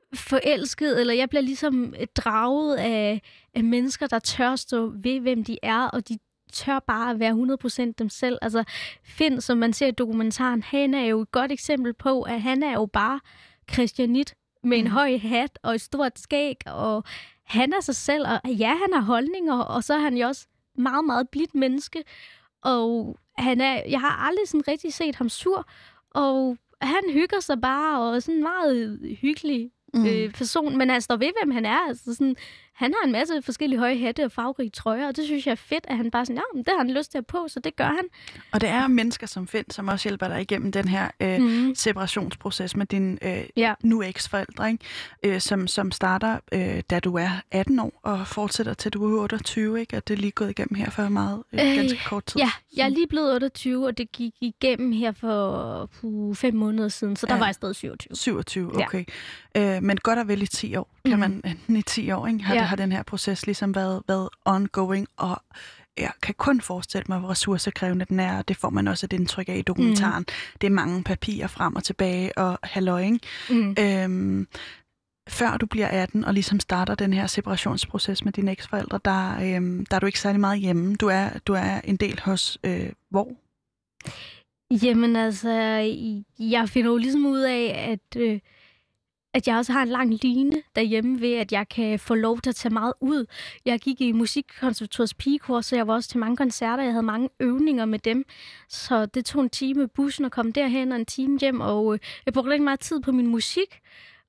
forelsket, eller jeg bliver ligesom draget af mennesker, der tør stå ved, hvem de er, og de tør bare at være 100% dem selv. Altså Finn, som man ser i dokumentaren, han er jo et godt eksempel på, at han er jo bare christianit med en høj hat og et stort skæg, og han er sig selv, og ja, han har holdninger, og så er han jo også meget, meget blidt menneske, og jeg har aldrig sådan rigtig set ham sur, og han hygger sig bare, og er sådan en meget hyggelig person, men han står ved, hvem han er. Altså sådan, han har en masse forskellige høje hatte og farverige trøjer, og det synes jeg er fedt, at han bare sådan, ja, det har han lyst til at på, så det gør han. Og det er mennesker som Finn, som også hjælper dig igennem den her separationsproces med dine nu eksforældre, ikke? Som starter, da du er 18 år, og fortsætter til du er 28, ikke? Og det er lige gået igennem her for meget ganske kort tid. Ja, jeg er lige blevet 28, og det gik igennem her for 5 måneder siden, så der var jeg stadig 27. 27, okay. Ja. Men godt og vel i 10 år, kan man i 10 år, ikke? Har den her proces ligesom været ongoing, og jeg kan kun forestille mig, hvor ressourcekrævende den er, og det får man også et indtryk af i dokumentaren. Det er mange papirer frem og tilbage, og halløj, ikke? Før du bliver 18 og ligesom starter den her separationsproces med dine eksforældre, der er du ikke særlig meget hjemme. Du er en del hos hvor? Jamen altså, jeg finder jo ligesom ud af, at jeg også har en lang line derhjemme ved, at jeg kan få lov til at tage meget ud. Jeg gik i musikkonservatoriets pigekor, så jeg var også til mange koncerter. Jeg havde mange øvninger med dem. Så det tog en time med bussen at komme derhen, og en time hjem. Og jeg brugte rigtig meget tid på min musik.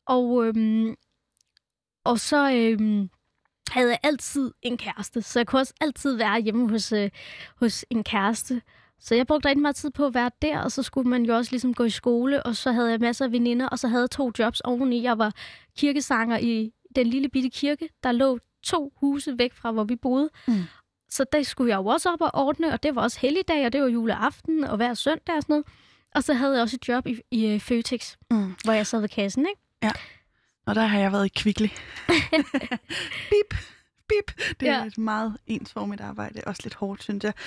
Og så havde jeg altid en kæreste. Så jeg kunne også altid være hjemme hos en kæreste. Så jeg brugte rigtig meget tid på at være der, og så skulle man jo også ligesom gå i skole, og så havde jeg masser af veninder, og så havde jeg 2 jobs oveni. Jeg var kirkesanger i den lille bitte kirke, der lå 2 huse væk fra, hvor vi boede. Så der skulle jeg jo også op og ordne, og det var også helligdag, og det var juleaften, og hver søndag og sådan noget. Og så havde jeg også et job i Føtex, hvor jeg sad ved kassen, ikke? Ja, og der har jeg været i Kvickly. Bip! Det er et meget ensformigt arbejde, også lidt hårdt, synes jeg.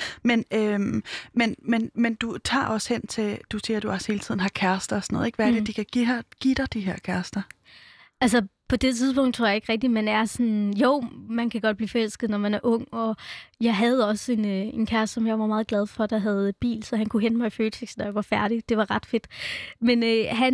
Men du tager også hen til, du siger, at du også hele tiden har kærester og sådan noget, ikke? Hvad er det, de kan give dig, de her kærester? Altså, på det tidspunkt tror jeg ikke rigtigt, man er sådan... Jo, man kan godt blive forelsket, når man er ung, og jeg havde også en kæreste, som jeg var meget glad for, der havde bil, så han kunne hente mig i Føtex, når jeg var færdig. Det var ret fedt. Men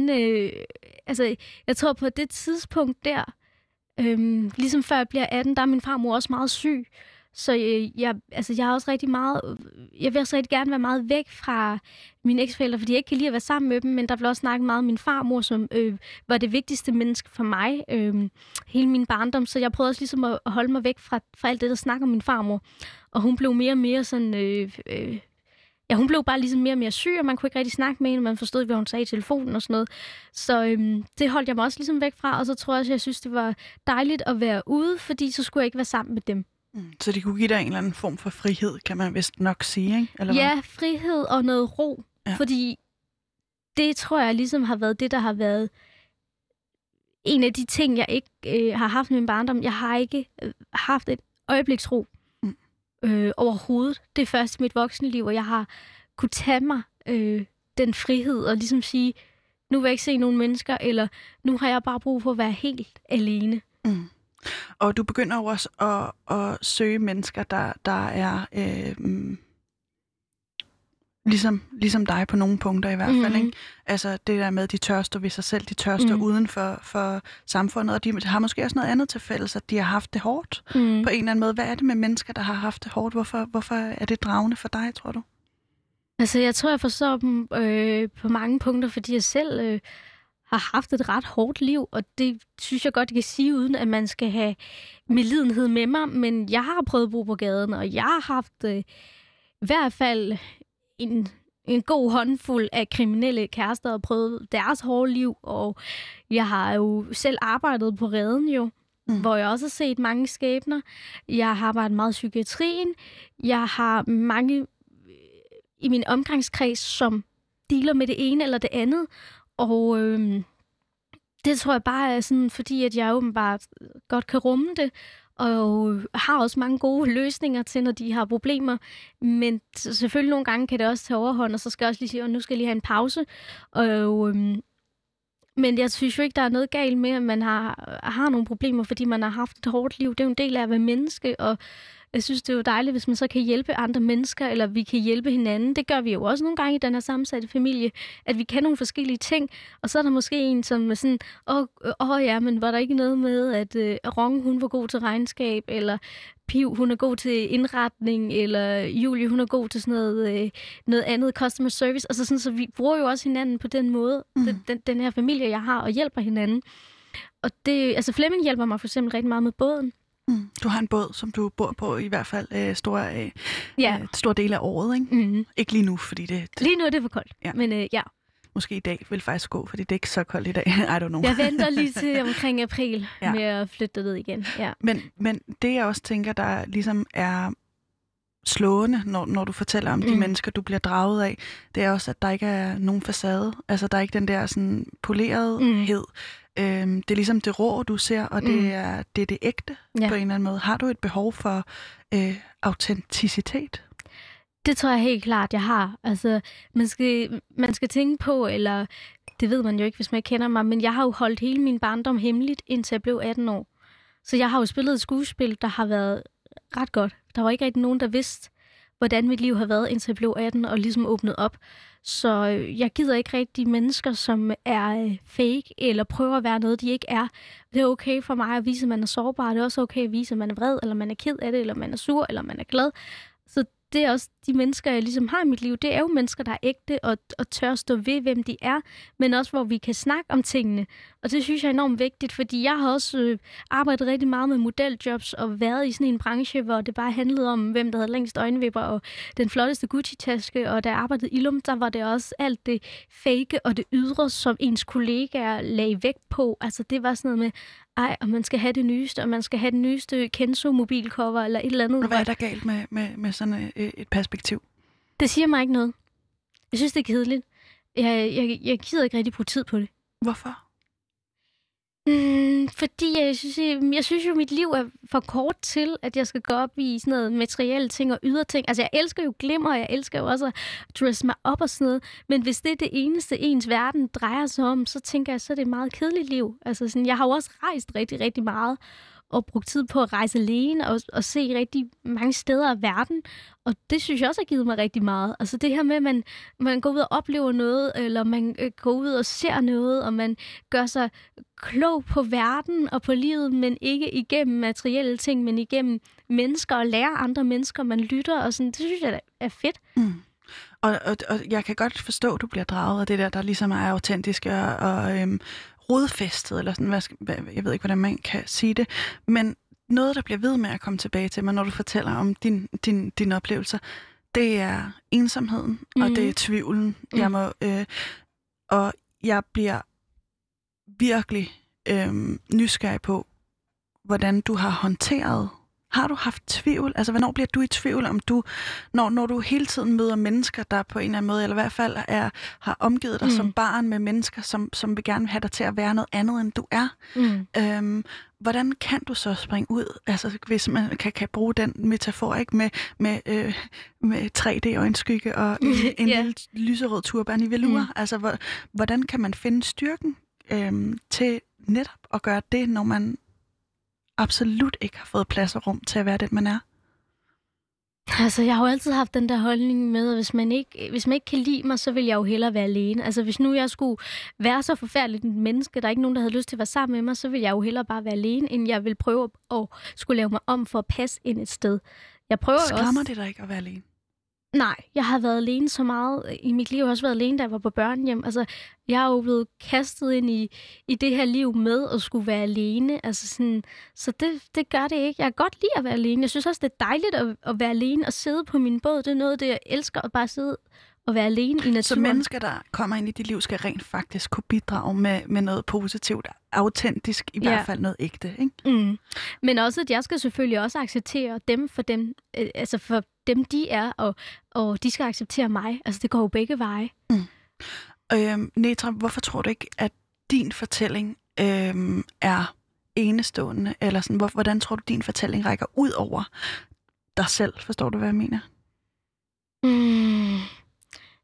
jeg tror på det tidspunkt der, ligesom før jeg bliver 18, der er min farmor også meget syg. Så jeg har også rigtig meget... Jeg vil også rigtig gerne være meget væk fra mine eksforældre, fordi jeg ikke kan lide at være sammen med dem, men der blev også snakket meget om min farmor, som var det vigtigste menneske for mig hele min barndom. Så jeg prøvede også ligesom at holde mig væk fra alt det, der snakker om min farmor. Og hun blev mere og mere sådan... hun blev bare ligesom mere og mere syg, og man kunne ikke rigtig snakke med hende, man forstod, hvad hun sagde i telefonen og sådan noget. Så det holdt jeg mig også ligesom væk fra, og så tror jeg også, jeg synes, det var dejligt at være ude, fordi så skulle jeg ikke være sammen med dem. Så de kunne give dig en eller anden form for frihed, kan man vist nok sige, ikke? Eller ja, hvad? Frihed og noget ro, fordi det tror jeg ligesom har været det, der har været en af de ting, jeg ikke har haft med min barndom. Jeg har ikke haft et øjebliksro overhovedet. Det er først i mit voksenliv, hvor jeg har kunne tage mig den frihed og ligesom sige, nu vil jeg ikke se nogen mennesker, eller nu har jeg bare brug for at være helt alene. Og du begynder jo også at søge mennesker, der er ligesom dig på nogle punkter i hvert fald. Ikke? Altså det der med, at de tør stå ved sig selv, de tør stå uden for samfundet, og de har måske også noget andet til fælles, at de har haft det hårdt på en eller anden måde. Hvad er det med mennesker, der har haft det hårdt? Hvorfor er det dragende for dig, tror du? Altså jeg tror, jeg forstår dem på mange punkter, fordi jeg selv har haft et ret hårdt liv, og det synes jeg godt, jeg kan sige, uden at man skal have medlidenhed med mig, men jeg har prøvet at bo på gaden, og jeg har haft i hvert fald en god håndfuld af kriminelle kærester og prøvet deres hårde liv, og jeg har jo selv arbejdet på Reden jo, hvor jeg også har set mange skæbner. Jeg har arbejdet meget i psykiatrien. Jeg har mange i min omgangskreds, som dealer med det ene eller det andet, og det tror jeg bare er sådan, fordi at jeg åbenbart godt kan rumme det, og har også mange gode løsninger til, når de har problemer. Men selvfølgelig nogle gange kan det også tage overhånd, og så skal jeg også lige sige, at nu skal jeg lige have en pause. Men jeg synes jo ikke, der er noget galt med, at man har nogle problemer, fordi man har haft et hårdt liv. Det er jo en del af at være menneske, og jeg synes, det er jo dejligt, hvis man så kan hjælpe andre mennesker, eller vi kan hjælpe hinanden. Det gør vi jo også nogle gange i den her sammensatte familie, at vi kan nogle forskellige ting, og så er der måske en, som er sådan, ja, men var der ikke noget med, at Rong, hun var god til regnskab, eller Piv, hun er god til indretning, eller Julie, hun er god til sådan noget andet customer service. Altså sådan, så vi bruger jo også hinanden på den måde, den her familie, jeg har, og hjælper hinanden. Og det, altså Flemming hjælper mig for eksempel rigtig meget med båden. Du har en båd, som du bor på i hvert fald stor del af året, ikke? Mm. Ikke lige nu, fordi det... Lige nu er det for koldt, men ja. Måske i dag vil faktisk gå, fordi det er ikke så koldt i dag. I don't know. Jeg venter lige til omkring april med at flytte ned igen. Ja. Men det, jeg også tænker, der ligesom er slående, når du fortæller om de mennesker, du bliver draget af, det er også, at der ikke er nogen facade. Altså, der er ikke den der sådan polerethed. Det er ligesom det rå, du ser, og det er det ægte på en eller anden måde. Har du et behov for autenticitet? Det tror jeg helt klart, jeg har. Altså, man skal tænke på, eller det ved man jo ikke, hvis man ikke kender mig, men jeg har jo holdt hele min barndom hemmeligt, indtil jeg blev 18 år. Så jeg har jo spillet et skuespil, der har været ret godt. Der var ikke rigtig nogen, der vidste, hvordan mit liv har været, indtil jeg blev 18 og ligesom åbnet op. Så jeg gider ikke rigtig mennesker, som er fake eller prøver at være noget, de ikke er. Det er okay for mig at vise, at man er sårbar. Det er også okay at vise, at man er vred, eller man er ked af det, eller man er sur, eller man er glad. Så det er også de mennesker, jeg ligesom har i mit liv. Det er jo mennesker, der er ægte og tør stå ved, hvem de er, men også hvor vi kan snakke om tingene. Og det synes jeg er enormt vigtigt, fordi jeg har også arbejdet rigtig meget med modeljobs og været i sådan en branche, hvor det bare handlede om, hvem der havde længst øjenvipper og den flotteste Gucci-taske. Og da jeg arbejdede i Ilum, der var det også alt det fake og det ydre, som ens kollegaer lagde vægt på. Altså det var sådan noget med, og man skal have det nyeste, og man skal have den nyeste Kenzo-mobilcover eller et eller andet. Og hvad er der galt med sådan et perspektiv? Det siger mig ikke noget. Jeg synes, det er kedeligt. Jeg gider ikke rigtig bruge tid på det. Hvorfor? Fordi jeg synes jo, mit liv er for kort til, at jeg skal gå op i sådan noget materielle ting og ydre ting. Altså, jeg elsker jo glimmer, og jeg elsker jo også at dresse mig op og sådan noget. Men hvis det er det eneste, ens verden drejer sig om, så tænker jeg, så er det et meget kedeligt liv. Altså, sådan, jeg har jo også rejst rigtig, rigtig meget og brugt tid på at rejse alene og se rigtig mange steder af verden. Og det synes jeg også har givet mig rigtig meget. Altså det her med, at man går ud og oplever noget, eller man går ud og ser noget, og man gør sig klog på verden og på livet, men ikke igennem materielle ting, men igennem mennesker og lærer andre mennesker, man lytter, og sådan, det synes jeg er fedt. Mm. Og jeg kan godt forstå, at du bliver draget af det der ligesom er autentisk og rodfæstet, eller sådan, jeg ved ikke, hvordan man kan sige det, men noget, der bliver ved med at komme tilbage til mig, når du fortæller om dine oplevelser, det er ensomheden, og det er tvivlen. Og jeg bliver virkelig nysgerrig på, hvordan du har håndteret. Har du haft tvivl? Altså, hvornår bliver du i tvivl, om du, når du hele tiden møder mennesker, der på en eller anden måde, eller i hvert fald har omgivet dig som barn med mennesker, som vil gerne have dig til at være noget andet, end du er? Hvordan kan du så springe ud? Altså, hvis man kan bruge den metafor, ikke? Med 3D-øjenskygge og en lille lyserød turban i velour. Altså, hvordan kan man finde styrken til netop at gøre det, når man absolut ikke har fået plads og rum til at være den, man er? Altså, jeg har jo altid haft den der holdning med, at hvis man ikke kan lide mig, så vil jeg jo hellere være alene. Altså, hvis nu jeg skulle være så forfærdeligt et menneske, der er ikke nogen, der havde lyst til at være sammen med mig, så vil jeg jo hellere bare være alene, end jeg vil prøve at skulle lave mig om for at passe ind et sted. Jeg prøver Skræmmer det dig ikke at være alene? Nej, jeg har været alene så meget i mit liv. Jeg har også været alene, da jeg var på børnehjem. Altså, jeg er jo blevet kastet ind i det her liv med at skulle være alene. Altså sådan, så det gør det ikke. Jeg kan godt lide at være alene. Jeg synes også, det er dejligt at være alene og sidde på min båd. Det er noget, det jeg elsker, at bare sidde og være alene i naturen. Så mennesker, der kommer ind i dit liv, skal rent faktisk kunne bidrage med noget positivt, autentisk, i hvert fald noget ægte, ikke? Men også, at jeg skal selvfølgelig også acceptere dem for dem, altså for dem de er, og de skal acceptere mig. Altså det går jo begge veje. Netra, hvorfor tror du ikke, at din fortælling er enestående? Eller sådan, hvordan tror du, din fortælling rækker ud over dig selv? Forstår du, hvad jeg mener?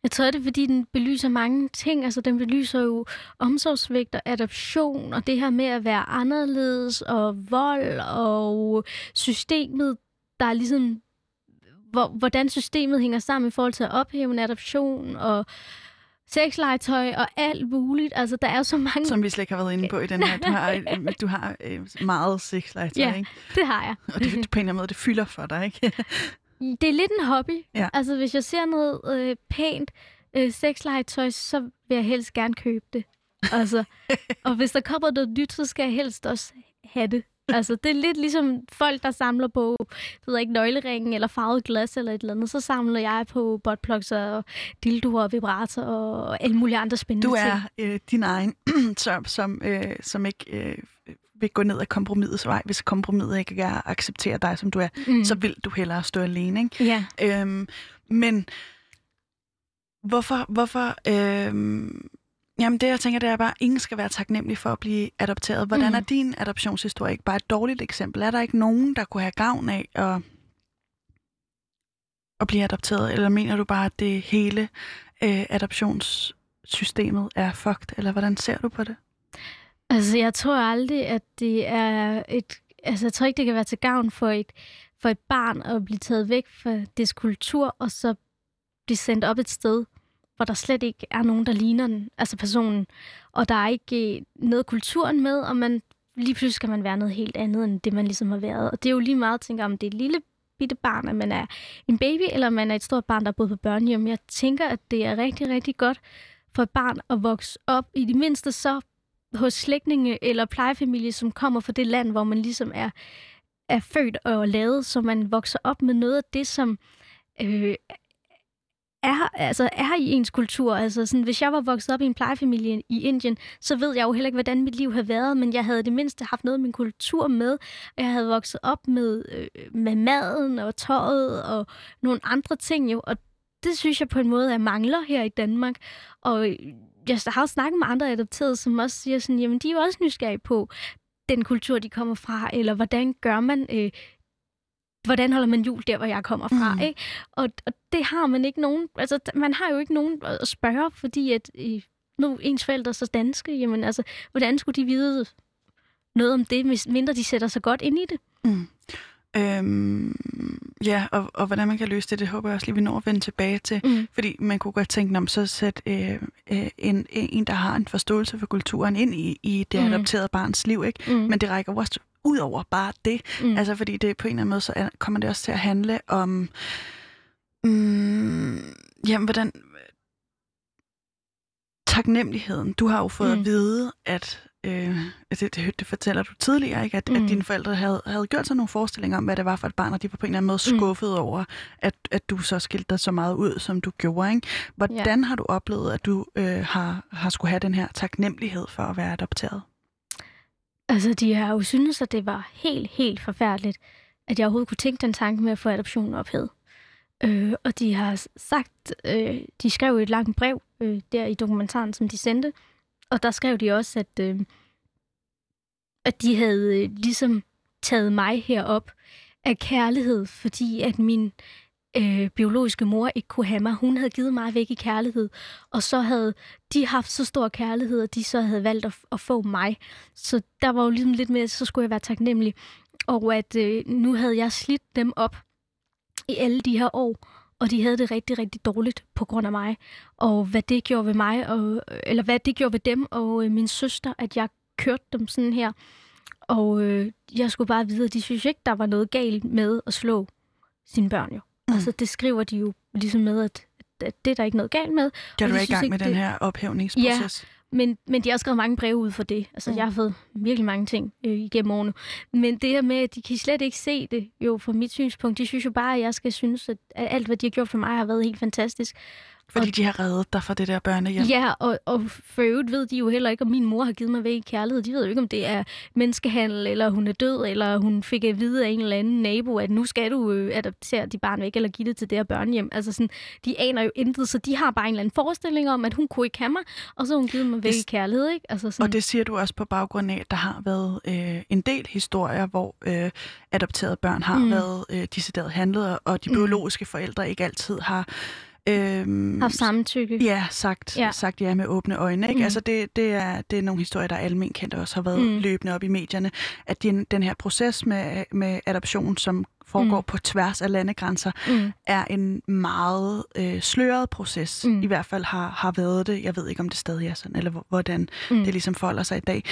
Jeg tror, det er, fordi den belyser mange ting. Altså, den belyser jo omsorgsvigt og adoption, og det her med at være anderledes, og vold, og systemet, der er ligesom... hvordan systemet hænger sammen i forhold til at ophæve en adoption, og sexlegetøj og alt muligt. Altså, der er så mange... Som vi slet ikke har været inde på i den her. Du har meget sexlegetøj, ja, ikke? Det har jeg. Og det på en eller anden måde, det fylder for dig, ikke? Det er lidt en hobby. Ja. Altså, hvis jeg ser noget pænt sexlegetøj, så vil jeg helst gerne købe det. Altså, og hvis der kommer noget nyt, så skal jeg helst også have det. Altså, det er lidt ligesom folk, der samler på, nøgleringen eller farvet glas eller et eller andet. Så samler jeg på buttplugs og dildoer og vibrator og alle mulige andre spændende ting. Du er din egen, som ikke vil gå ned ad kompromisets vej. Hvis kompromiset ikke kan acceptere dig, som du er, så vil du hellere stå alene, ikke? Ja. Men hvorfor jamen det, jeg tænker, det er bare, at ingen skal være taknemmelig for at blive adopteret. Hvordan er din adoptionshistorie ikke bare et dårligt eksempel? Er der ikke nogen, der kunne have gavn af at blive adopteret? Eller mener du bare, at det hele adoptionssystemet er fucked? Eller hvordan ser du på det? Altså, jeg tror aldrig, at det er jeg tror ikke, det kan være til gavn for et barn at blive taget væk fra dets kultur, og så blive sendt op et sted, hvor der slet ikke er nogen, der ligner den, altså personen. Og der er ikke noget kulturen med, og lige pludselig skal man være noget helt andet, end det, man ligesom har været. Og det er jo lige meget, tænker om det er et lille bitte barn, at man er en baby, eller man er et stort barn, der er boet på børnehjem. Jeg tænker, at det er rigtig, rigtig godt for et barn at vokse op, i det mindste så hos slægtninge eller plejefamilie, som kommer fra det land, hvor man ligesom er født og lavet, så man vokser op med noget af det, som er i ens kultur. Altså sådan, hvis jeg var vokset op i en plejefamilie i Indien, så ved jeg jo heller ikke, hvordan mit liv havde været, men jeg havde det mindste haft noget af min kultur med, og jeg havde vokset op med maden og tøjet og nogle andre ting jo, og det synes jeg på en måde, jeg mangler her i Danmark. Og jeg har også snakket med andre adopterede, som også siger sådan, jamen de er jo også nysgerrige på den kultur, de kommer fra, eller hvordan gør man... hvordan holder man jul der, hvor jeg kommer fra, ikke? Og det har man ikke nogen... Altså, man har jo ikke nogen at spørge, fordi at nu ens forældre er så danske, jamen altså, hvordan skulle de vide noget om det, mindre de sætter sig godt ind i det? Ja, og hvordan man kan løse det håber jeg også lige, vi når at vende tilbage til. Fordi man kunne godt tænke, om så sæt en, der har en forståelse for kulturen ind i det adopterede barns liv, ikke? Men det rækker også ud over bare det. Altså, fordi det på en eller anden måde, så kommer det også til at handle om jamen, hvordan taknemmeligheden. Du har jo fået at vide, at det fortæller du tidligere, ikke? At dine forældre havde gjort sig nogle forestillinger om, hvad det var for et barn, og de var på en eller anden måde skuffet over, at du så skilte dig så meget ud, som du gjorde, ikke? Hvordan har du oplevet, at du har skulle have den her taknemmelighed for at være adopteret? Altså, de har jo syntes, at det var helt, helt forfærdeligt, at jeg overhovedet kunne tænke den tanke med at få adoptionen ophævet. Og de har sagt, de skrev et langt brev der i dokumentaren, som de sendte, og der skrev de også, at de havde ligesom taget mig herop af kærlighed, fordi at min biologiske mor ikke kunne have mig. Hun havde givet mig væk i kærlighed, og så havde de haft så stor kærlighed, at de så havde valgt at få mig. Så der var jo ligesom lidt mere, så skulle jeg være taknemmelig. Og at nu havde jeg slidt dem op i alle de her år, og de havde det rigtig, rigtig dårligt på grund af mig. Og hvad det gjorde ved mig, eller hvad det gjorde ved dem og min søster, at jeg kørte dem sådan her. Og jeg skulle bare vide, at de synes ikke, der var noget galt med at slå sine børn jo. Altså det skriver de jo ligesom med, at det er der ikke noget galt med. Ja, du er i gang med den her ophævningsproces. Ja, men de har også skrevet mange breve ud for det. Altså jeg har fået virkelig mange ting igennem årene. Men det her med, at de kan slet ikke se det jo fra mit synspunkt. De synes jo bare, at jeg skal synes, at alt, hvad de har gjort for mig, har været helt fantastisk. Fordi de har reddet dig fra det der børnehjem. Ja, og for øvrigt ved de jo heller ikke, om min mor har givet mig væk i kærlighed. De ved jo ikke, om det er menneskehandel, eller hun er død, eller hun fik at vide af en eller anden nabo, at nu skal du adoptere de barn væk, eller give det til det her børnehjem. Altså sådan, de aner jo intet, så de har bare en eller anden forestilling om, at hun kunne ikke have mig, og så har hun givet mig væk i kærlighed, ikke? Altså sådan. Og det siger du også på baggrund af, at der har været en del historier, hvor adopterede børn har været decideret handlet, og de biologiske forældre ikke altid har Haft samtykke. Ja, sagt ja med åbne øjne. Ikke? Altså det er nogle historier, der er almindeligt kendt og også har været løbende op i medierne, at den her proces med adoption, som foregår på tværs af landegrænser, er en meget sløret proces. I hvert fald har været det. Jeg ved ikke, om det stadig er sådan, eller hvordan det ligesom forholder sig i dag.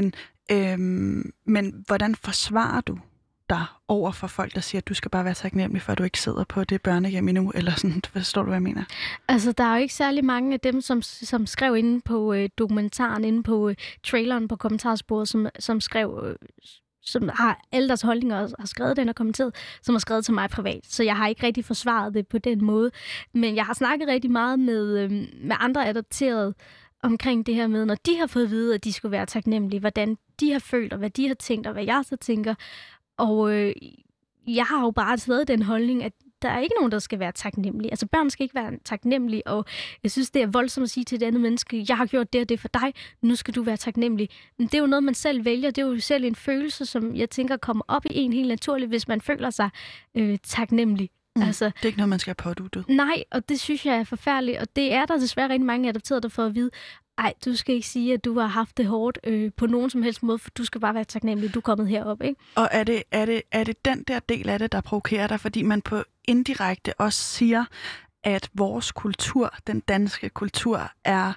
Men hvordan forsvarer du dig over for folk, der siger, at du skal bare være taknemmelig for, at du ikke sidder på det børnehjem endnu, eller sådan, forstår du, hvad jeg mener? Altså, der er jo ikke særlig mange af dem, som skrev inde på dokumentaren, inde på traileren på kommentarsporet, som skrev, som har alle deres holdninger og har skrevet den og kommenteret, som har skrevet til mig privat. Så jeg har ikke rigtig forsvaret det på den måde. Men jeg har snakket rigtig meget med andre adopterede omkring det her med, når de har fået at vide, at de skulle være taknemmelige, hvordan de har følt, og hvad de har tænkt, og hvad jeg så tænker. Og jeg har jo bare taget den holdning, at der er ikke nogen, der skal være taknemmelige. Altså børn skal ikke være taknemmelige, og jeg synes, det er voldsomt at sige til et andet menneske, jeg har gjort det og det for dig, nu skal du være taknemmelig. Men det er jo noget, man selv vælger. Det er jo selv en følelse, som jeg tænker kommer op i en helt naturligt, hvis man føler sig taknemmelig. Altså, det er ikke noget, man skal have påduttet. Nej, og det synes jeg er forfærdeligt, og det er der desværre rigtig mange adopterede, der får at vide, ej, du skal ikke sige, at du har haft det hårdt på nogen som helst måde, for du skal bare være taknemmelig, du er kommet herop, ikke? Og er det den der del af det, der provokerer dig, fordi man på indirekte også siger, at vores kultur, den danske kultur, er...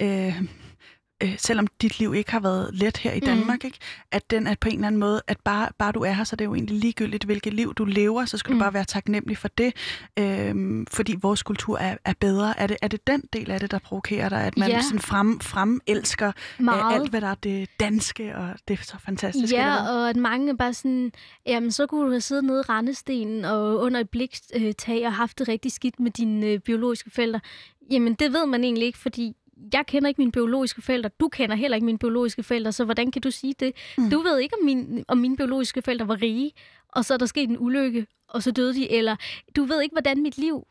selvom dit liv ikke har været let her i Danmark, ikke? At den er på en eller anden måde, at bare du er her, så det er jo egentlig ligegyldigt, hvilket liv du lever, så skal du bare være taknemmelig for det, fordi vores kultur er bedre. Er det den del af det, der provokerer dig, at man sådan fremelsker alt, hvad der er det danske, og det er så fantastisk? Ja, og at mange bare sådan, jamen så kunne du have siddet nede i rendestenen og under et blikstag og haft det rigtig skidt med dine biologiske forældre. Jamen det ved man egentlig ikke, fordi jeg kender ikke mine biologiske forældre, du kender heller ikke mine biologiske forældre, så hvordan kan du sige det? Du ved ikke, om mine biologiske forældre var rige, og så er der sket en ulykke, og så døde de, eller du ved ikke, hvordan mit liv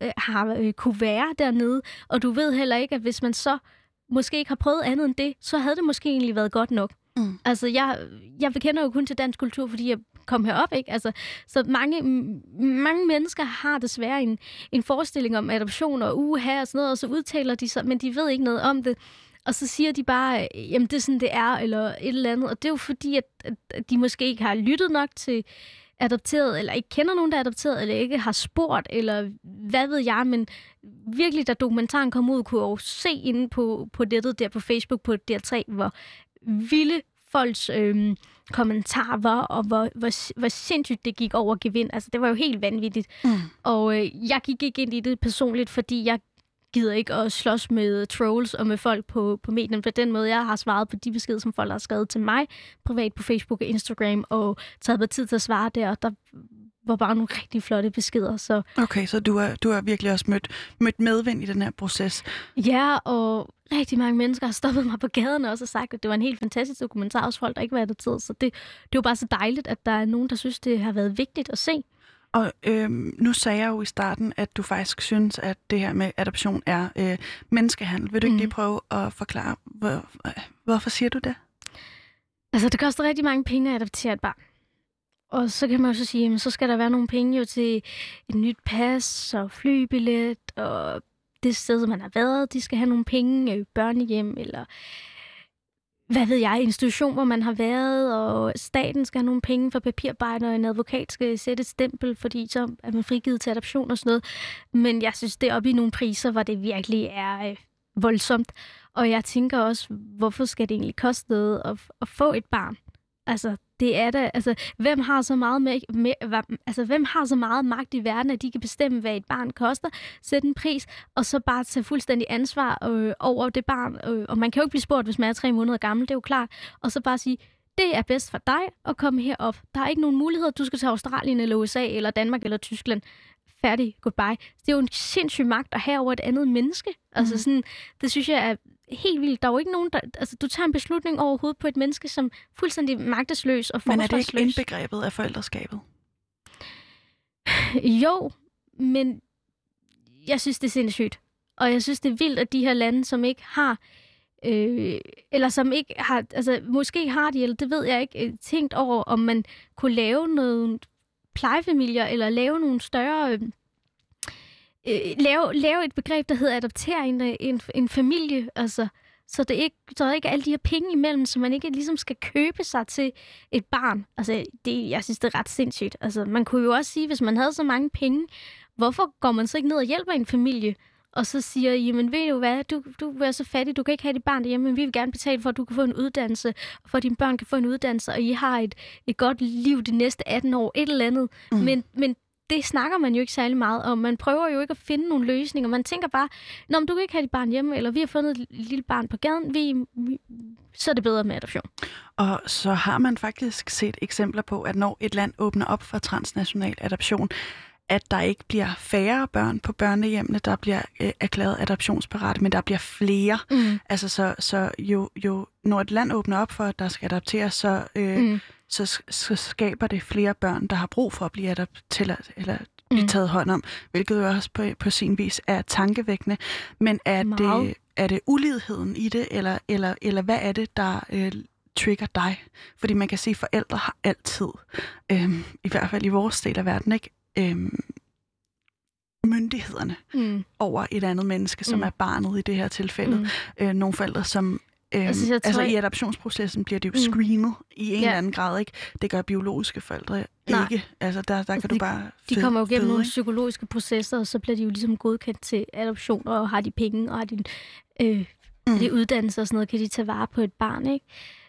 har kunne være dernede, og du ved heller ikke, at hvis man så måske ikke har prøvet andet end det, så havde det måske egentlig været godt nok. Altså, jeg kender jo kun til dansk kultur, fordi jeg kom herop, ikke? Altså, så mange mennesker har desværre en forestilling om adoption og uha og sådan noget, og så udtaler de sig, men de ved ikke noget om det. Og så siger de bare, jamen det er sådan, det er, eller et eller andet. Og det er jo fordi, at de måske ikke har lyttet nok til adopteret, eller ikke kender nogen, der er adopteret, eller ikke har spurgt, eller hvad ved jeg, men virkelig, da dokumentaren kom ud, kunne jeg jo se inde på nettet der på Facebook på DR3, hvor vilde folks kommentarer var, og hvor sindssygt det gik over gevind. Altså, det var jo helt vanvittigt. Og jeg gik ikke ind i det personligt, fordi jeg gider ikke at slås med trolls og med folk på medierne på den måde. Jeg har svaret på de beskeder, som folk har skrevet til mig privat på Facebook og Instagram, og taget mig tid til at svare der, og der var bare nogle rigtig flotte beskeder. Så. Okay, så du har virkelig også mødt medvind i den her proces? Ja, og rigtig mange mennesker har stoppet mig på gaden og også sagt, at det var en helt fantastisk dokumentar, også folk, der ikke var adopteret. Så det er jo bare så dejligt, at der er nogen, der synes, det har været vigtigt at se. Og nu sagde jeg jo i starten, at du faktisk synes, at det her med adoption er menneskehandel. Vil du ikke lige prøve at forklare, hvorfor siger du det? Altså, det koster rigtig mange penge at adoptere et barn. Og så kan man jo så sige, at så skal der være nogle penge jo til et nyt pas og flybillet, og det sted, som man har været, de skal have nogle penge, børnehjem, eller hvad ved jeg, institution, hvor man har været, og staten skal have nogle penge for papirarbejde, og en advokat skal sætte et stempel, fordi så er man frigivet til adoption og sådan noget. Men jeg synes, det er oppe i nogle priser, hvor det virkelig er voldsomt. Og jeg tænker også, hvorfor skal det egentlig koste noget at få et barn? Altså, det er da, altså, hvem har så meget magt i verden, at de kan bestemme, hvad et barn koster, sætte en pris, og så bare tage fuldstændig ansvar over det barn. Og man kan jo ikke blive spurgt, hvis man er 3 måneder gammel, det er jo klart. Og så bare sige, det er bedst for dig at komme herop. Der er ikke nogen mulighed, du skal til Australien eller USA eller Danmark eller Tyskland. Færdig, goodbye. Det er jo en sindssyg magt at have over et andet menneske. Altså sådan, det synes jeg er helt vildt. Der er jo ikke nogen, der... Altså, du tager en beslutning overhovedet på et menneske, som fuldstændig magtesløs og forsvarsløs. Men er det ikke indbegrebet af forældreskabet? Jo, men jeg synes, det er sindssygt. Og jeg synes, det er vildt, at de her lande, som ikke har... eller som ikke har... Altså, måske har de, eller det ved jeg ikke, tænkt over, om man kunne lave nogle plejefamilier, eller lave nogle større... lave et begreb, der hedder adoptere en familie, altså, så der ikke er alle de her penge imellem, så man ikke ligesom skal købe sig til et barn. Altså, jeg synes, det er ret sindssygt. Altså, man kunne jo også sige, hvis man havde så mange penge, hvorfor går man så ikke ned og hjælper en familie? Og så siger, jamen ved du hvad, du er så fattig, du kan ikke have dit barn derhjemme, men vi vil gerne betale for, at du kan få en uddannelse, og for at dine børn kan få en uddannelse, og I har et godt liv de næste 18 år, et eller andet. Men det snakker man jo ikke særlig meget om. Man prøver jo ikke at finde nogle løsninger. Man tænker bare, nå, men du kan ikke have dit barn hjemme, eller vi har fundet et lille barn på gaden, så er det bedre med adoption. Og så har man faktisk set eksempler på, at når et land åbner op for transnational adoption, at der ikke bliver færre børn på børnehjemmene, der bliver erklæret adoptionsparate, men der bliver flere. Altså så jo når et land åbner op for, at der skal adopteres, så skaber det flere børn, der har brug for at blive adopteret eller blive taget hånd om, hvilket jo også på sin vis er tankevækkende. Men er det uligheden i det, eller hvad er det, der trigger dig? Fordi man kan sige, at forældre har altid, i hvert fald i vores del af verden, ikke, myndighederne over et andet menneske, som er barnet i det her tilfælde. Nogle forældre, som i adoptionsprocessen bliver det jo screenet i en eller anden grad, ikke? Det gør biologiske forældre ikke. Altså der kan du bare de kommer jo gennem nogle psykologiske processer, og så bliver de jo ligesom godkendt til adoption, og har de penge, og har de uddannelse og sådan noget, kan de tage vare på et barn, ikke?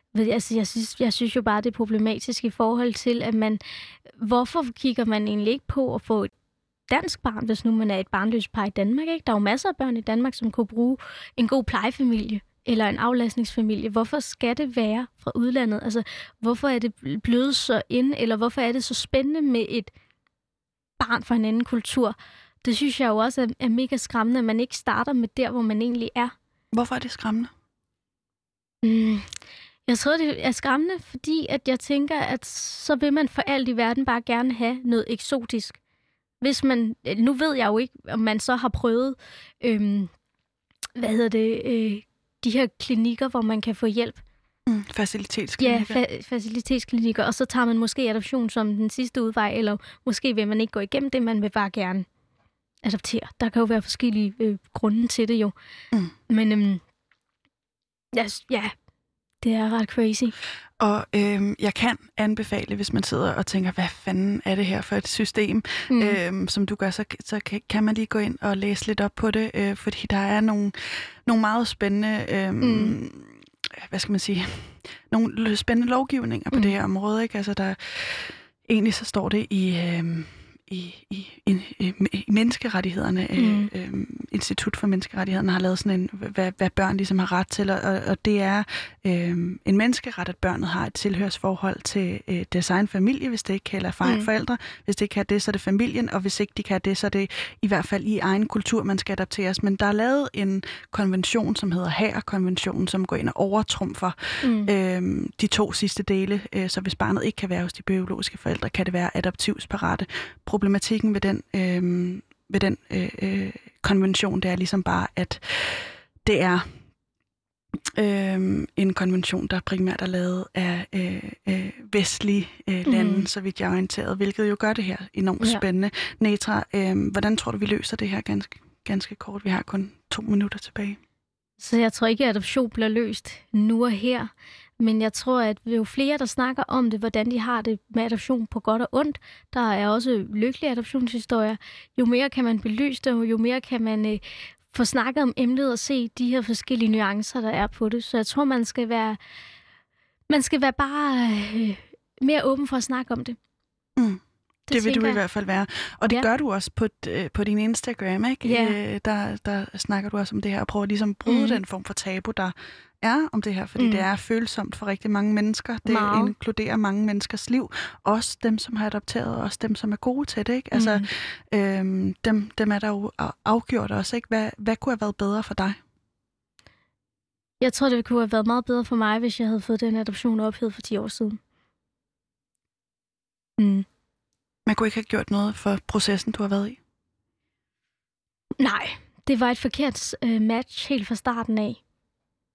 Jeg synes jo bare, det er problematisk i forhold til, at hvorfor kigger man egentlig ikke på at få et dansk barn, hvis nu man er et barnløst par i Danmark, ikke? Der er jo masser af børn i Danmark, som kunne bruge en god plejefamilie eller en aflastningsfamilie. Hvorfor skal det være fra udlandet? Altså, hvorfor er det blevet så ind, eller hvorfor er det så spændende med et barn fra en anden kultur? Det synes jeg jo også er mega skræmmende, at man ikke starter med der, hvor man egentlig er. Hvorfor er det skræmmende? Jeg tror, det er skræmmende, fordi at jeg tænker, at så vil man for alt i verden bare gerne have noget eksotisk. Hvis man, nu ved jeg jo ikke, om man så har prøvet, de her klinikker, hvor man kan få hjælp. Facilitetsklinikker. Ja, facilitetsklinikker, og så tager man måske adoption som den sidste udvej, eller måske vil man ikke gå igennem det, man vil bare gerne adoptere. Der kan jo være forskellige grunde til det jo. Men det er ret crazy. Og jeg kan anbefale, hvis man sidder og tænker, hvad fanden er det her for et system, som du gør, så kan man lige gå ind og læse lidt op på det, fordi der er nogle meget spændende, hvad skal man sige, nogle spændende lovgivninger på det her område, ikke? Altså der egentlig så står det i menneskerettighederne, Institut for Menneskerettighederne har lavet sådan en, hvad børn ligesom har ret til, og det er en menneskeret, at børnet har et tilhørsforhold til deres egen familie, hvis det ikke kan, eller forældre. Hvis det ikke kan det, så er det familien, og hvis ikke de kan det, så er det i hvert fald i egen kultur, man skal adopteres. Men der er lavet en konvention, som hedder Haagerkonventionen, som går ind og overtrumfer de 2 sidste dele, så hvis barnet ikke kan være hos de biologiske forældre, kan det være adoptivsparate. Problematikken ved den konvention, det er ligesom bare, at det er en konvention, der primært er lavet af vestlige lande, så vidt jeg er orienteret, hvilket jo gør det her enormt spændende. Netra, hvordan tror du, vi løser det her ganske kort? Vi har kun 2 minutter tilbage. Så jeg tror ikke, at adoption bliver løst nu og her. Men jeg tror, at jo flere, der snakker om det, hvordan de har det med adoption på godt og ondt, der er også lykkelige adoptionshistorier, jo mere kan man belyse det, jo mere kan man få snakket om emnet og se de her forskellige nuancer, der er på det. Så jeg tror, man skal være bare mere åben for at snakke om det. Det vil du i hvert fald være. Og det gør du også på din Instagram, ikke? Ja. Der snakker du også om det her, og prøver ligesom at bryde den form for tabu, der er om det her, fordi det er følsomt for rigtig mange mennesker. Det inkluderer mange menneskers liv. Også dem, som har adopteret, og også dem, som er gode til det, ikke? Altså, dem er der jo afgjort også, ikke? Hvad kunne have været bedre for dig? Jeg tror, det kunne have været meget bedre for mig, hvis jeg havde fået den adoption ophævet for 10 år siden. Man kunne ikke have gjort noget for processen, du har været i? Nej, det var et forkert match helt fra starten af.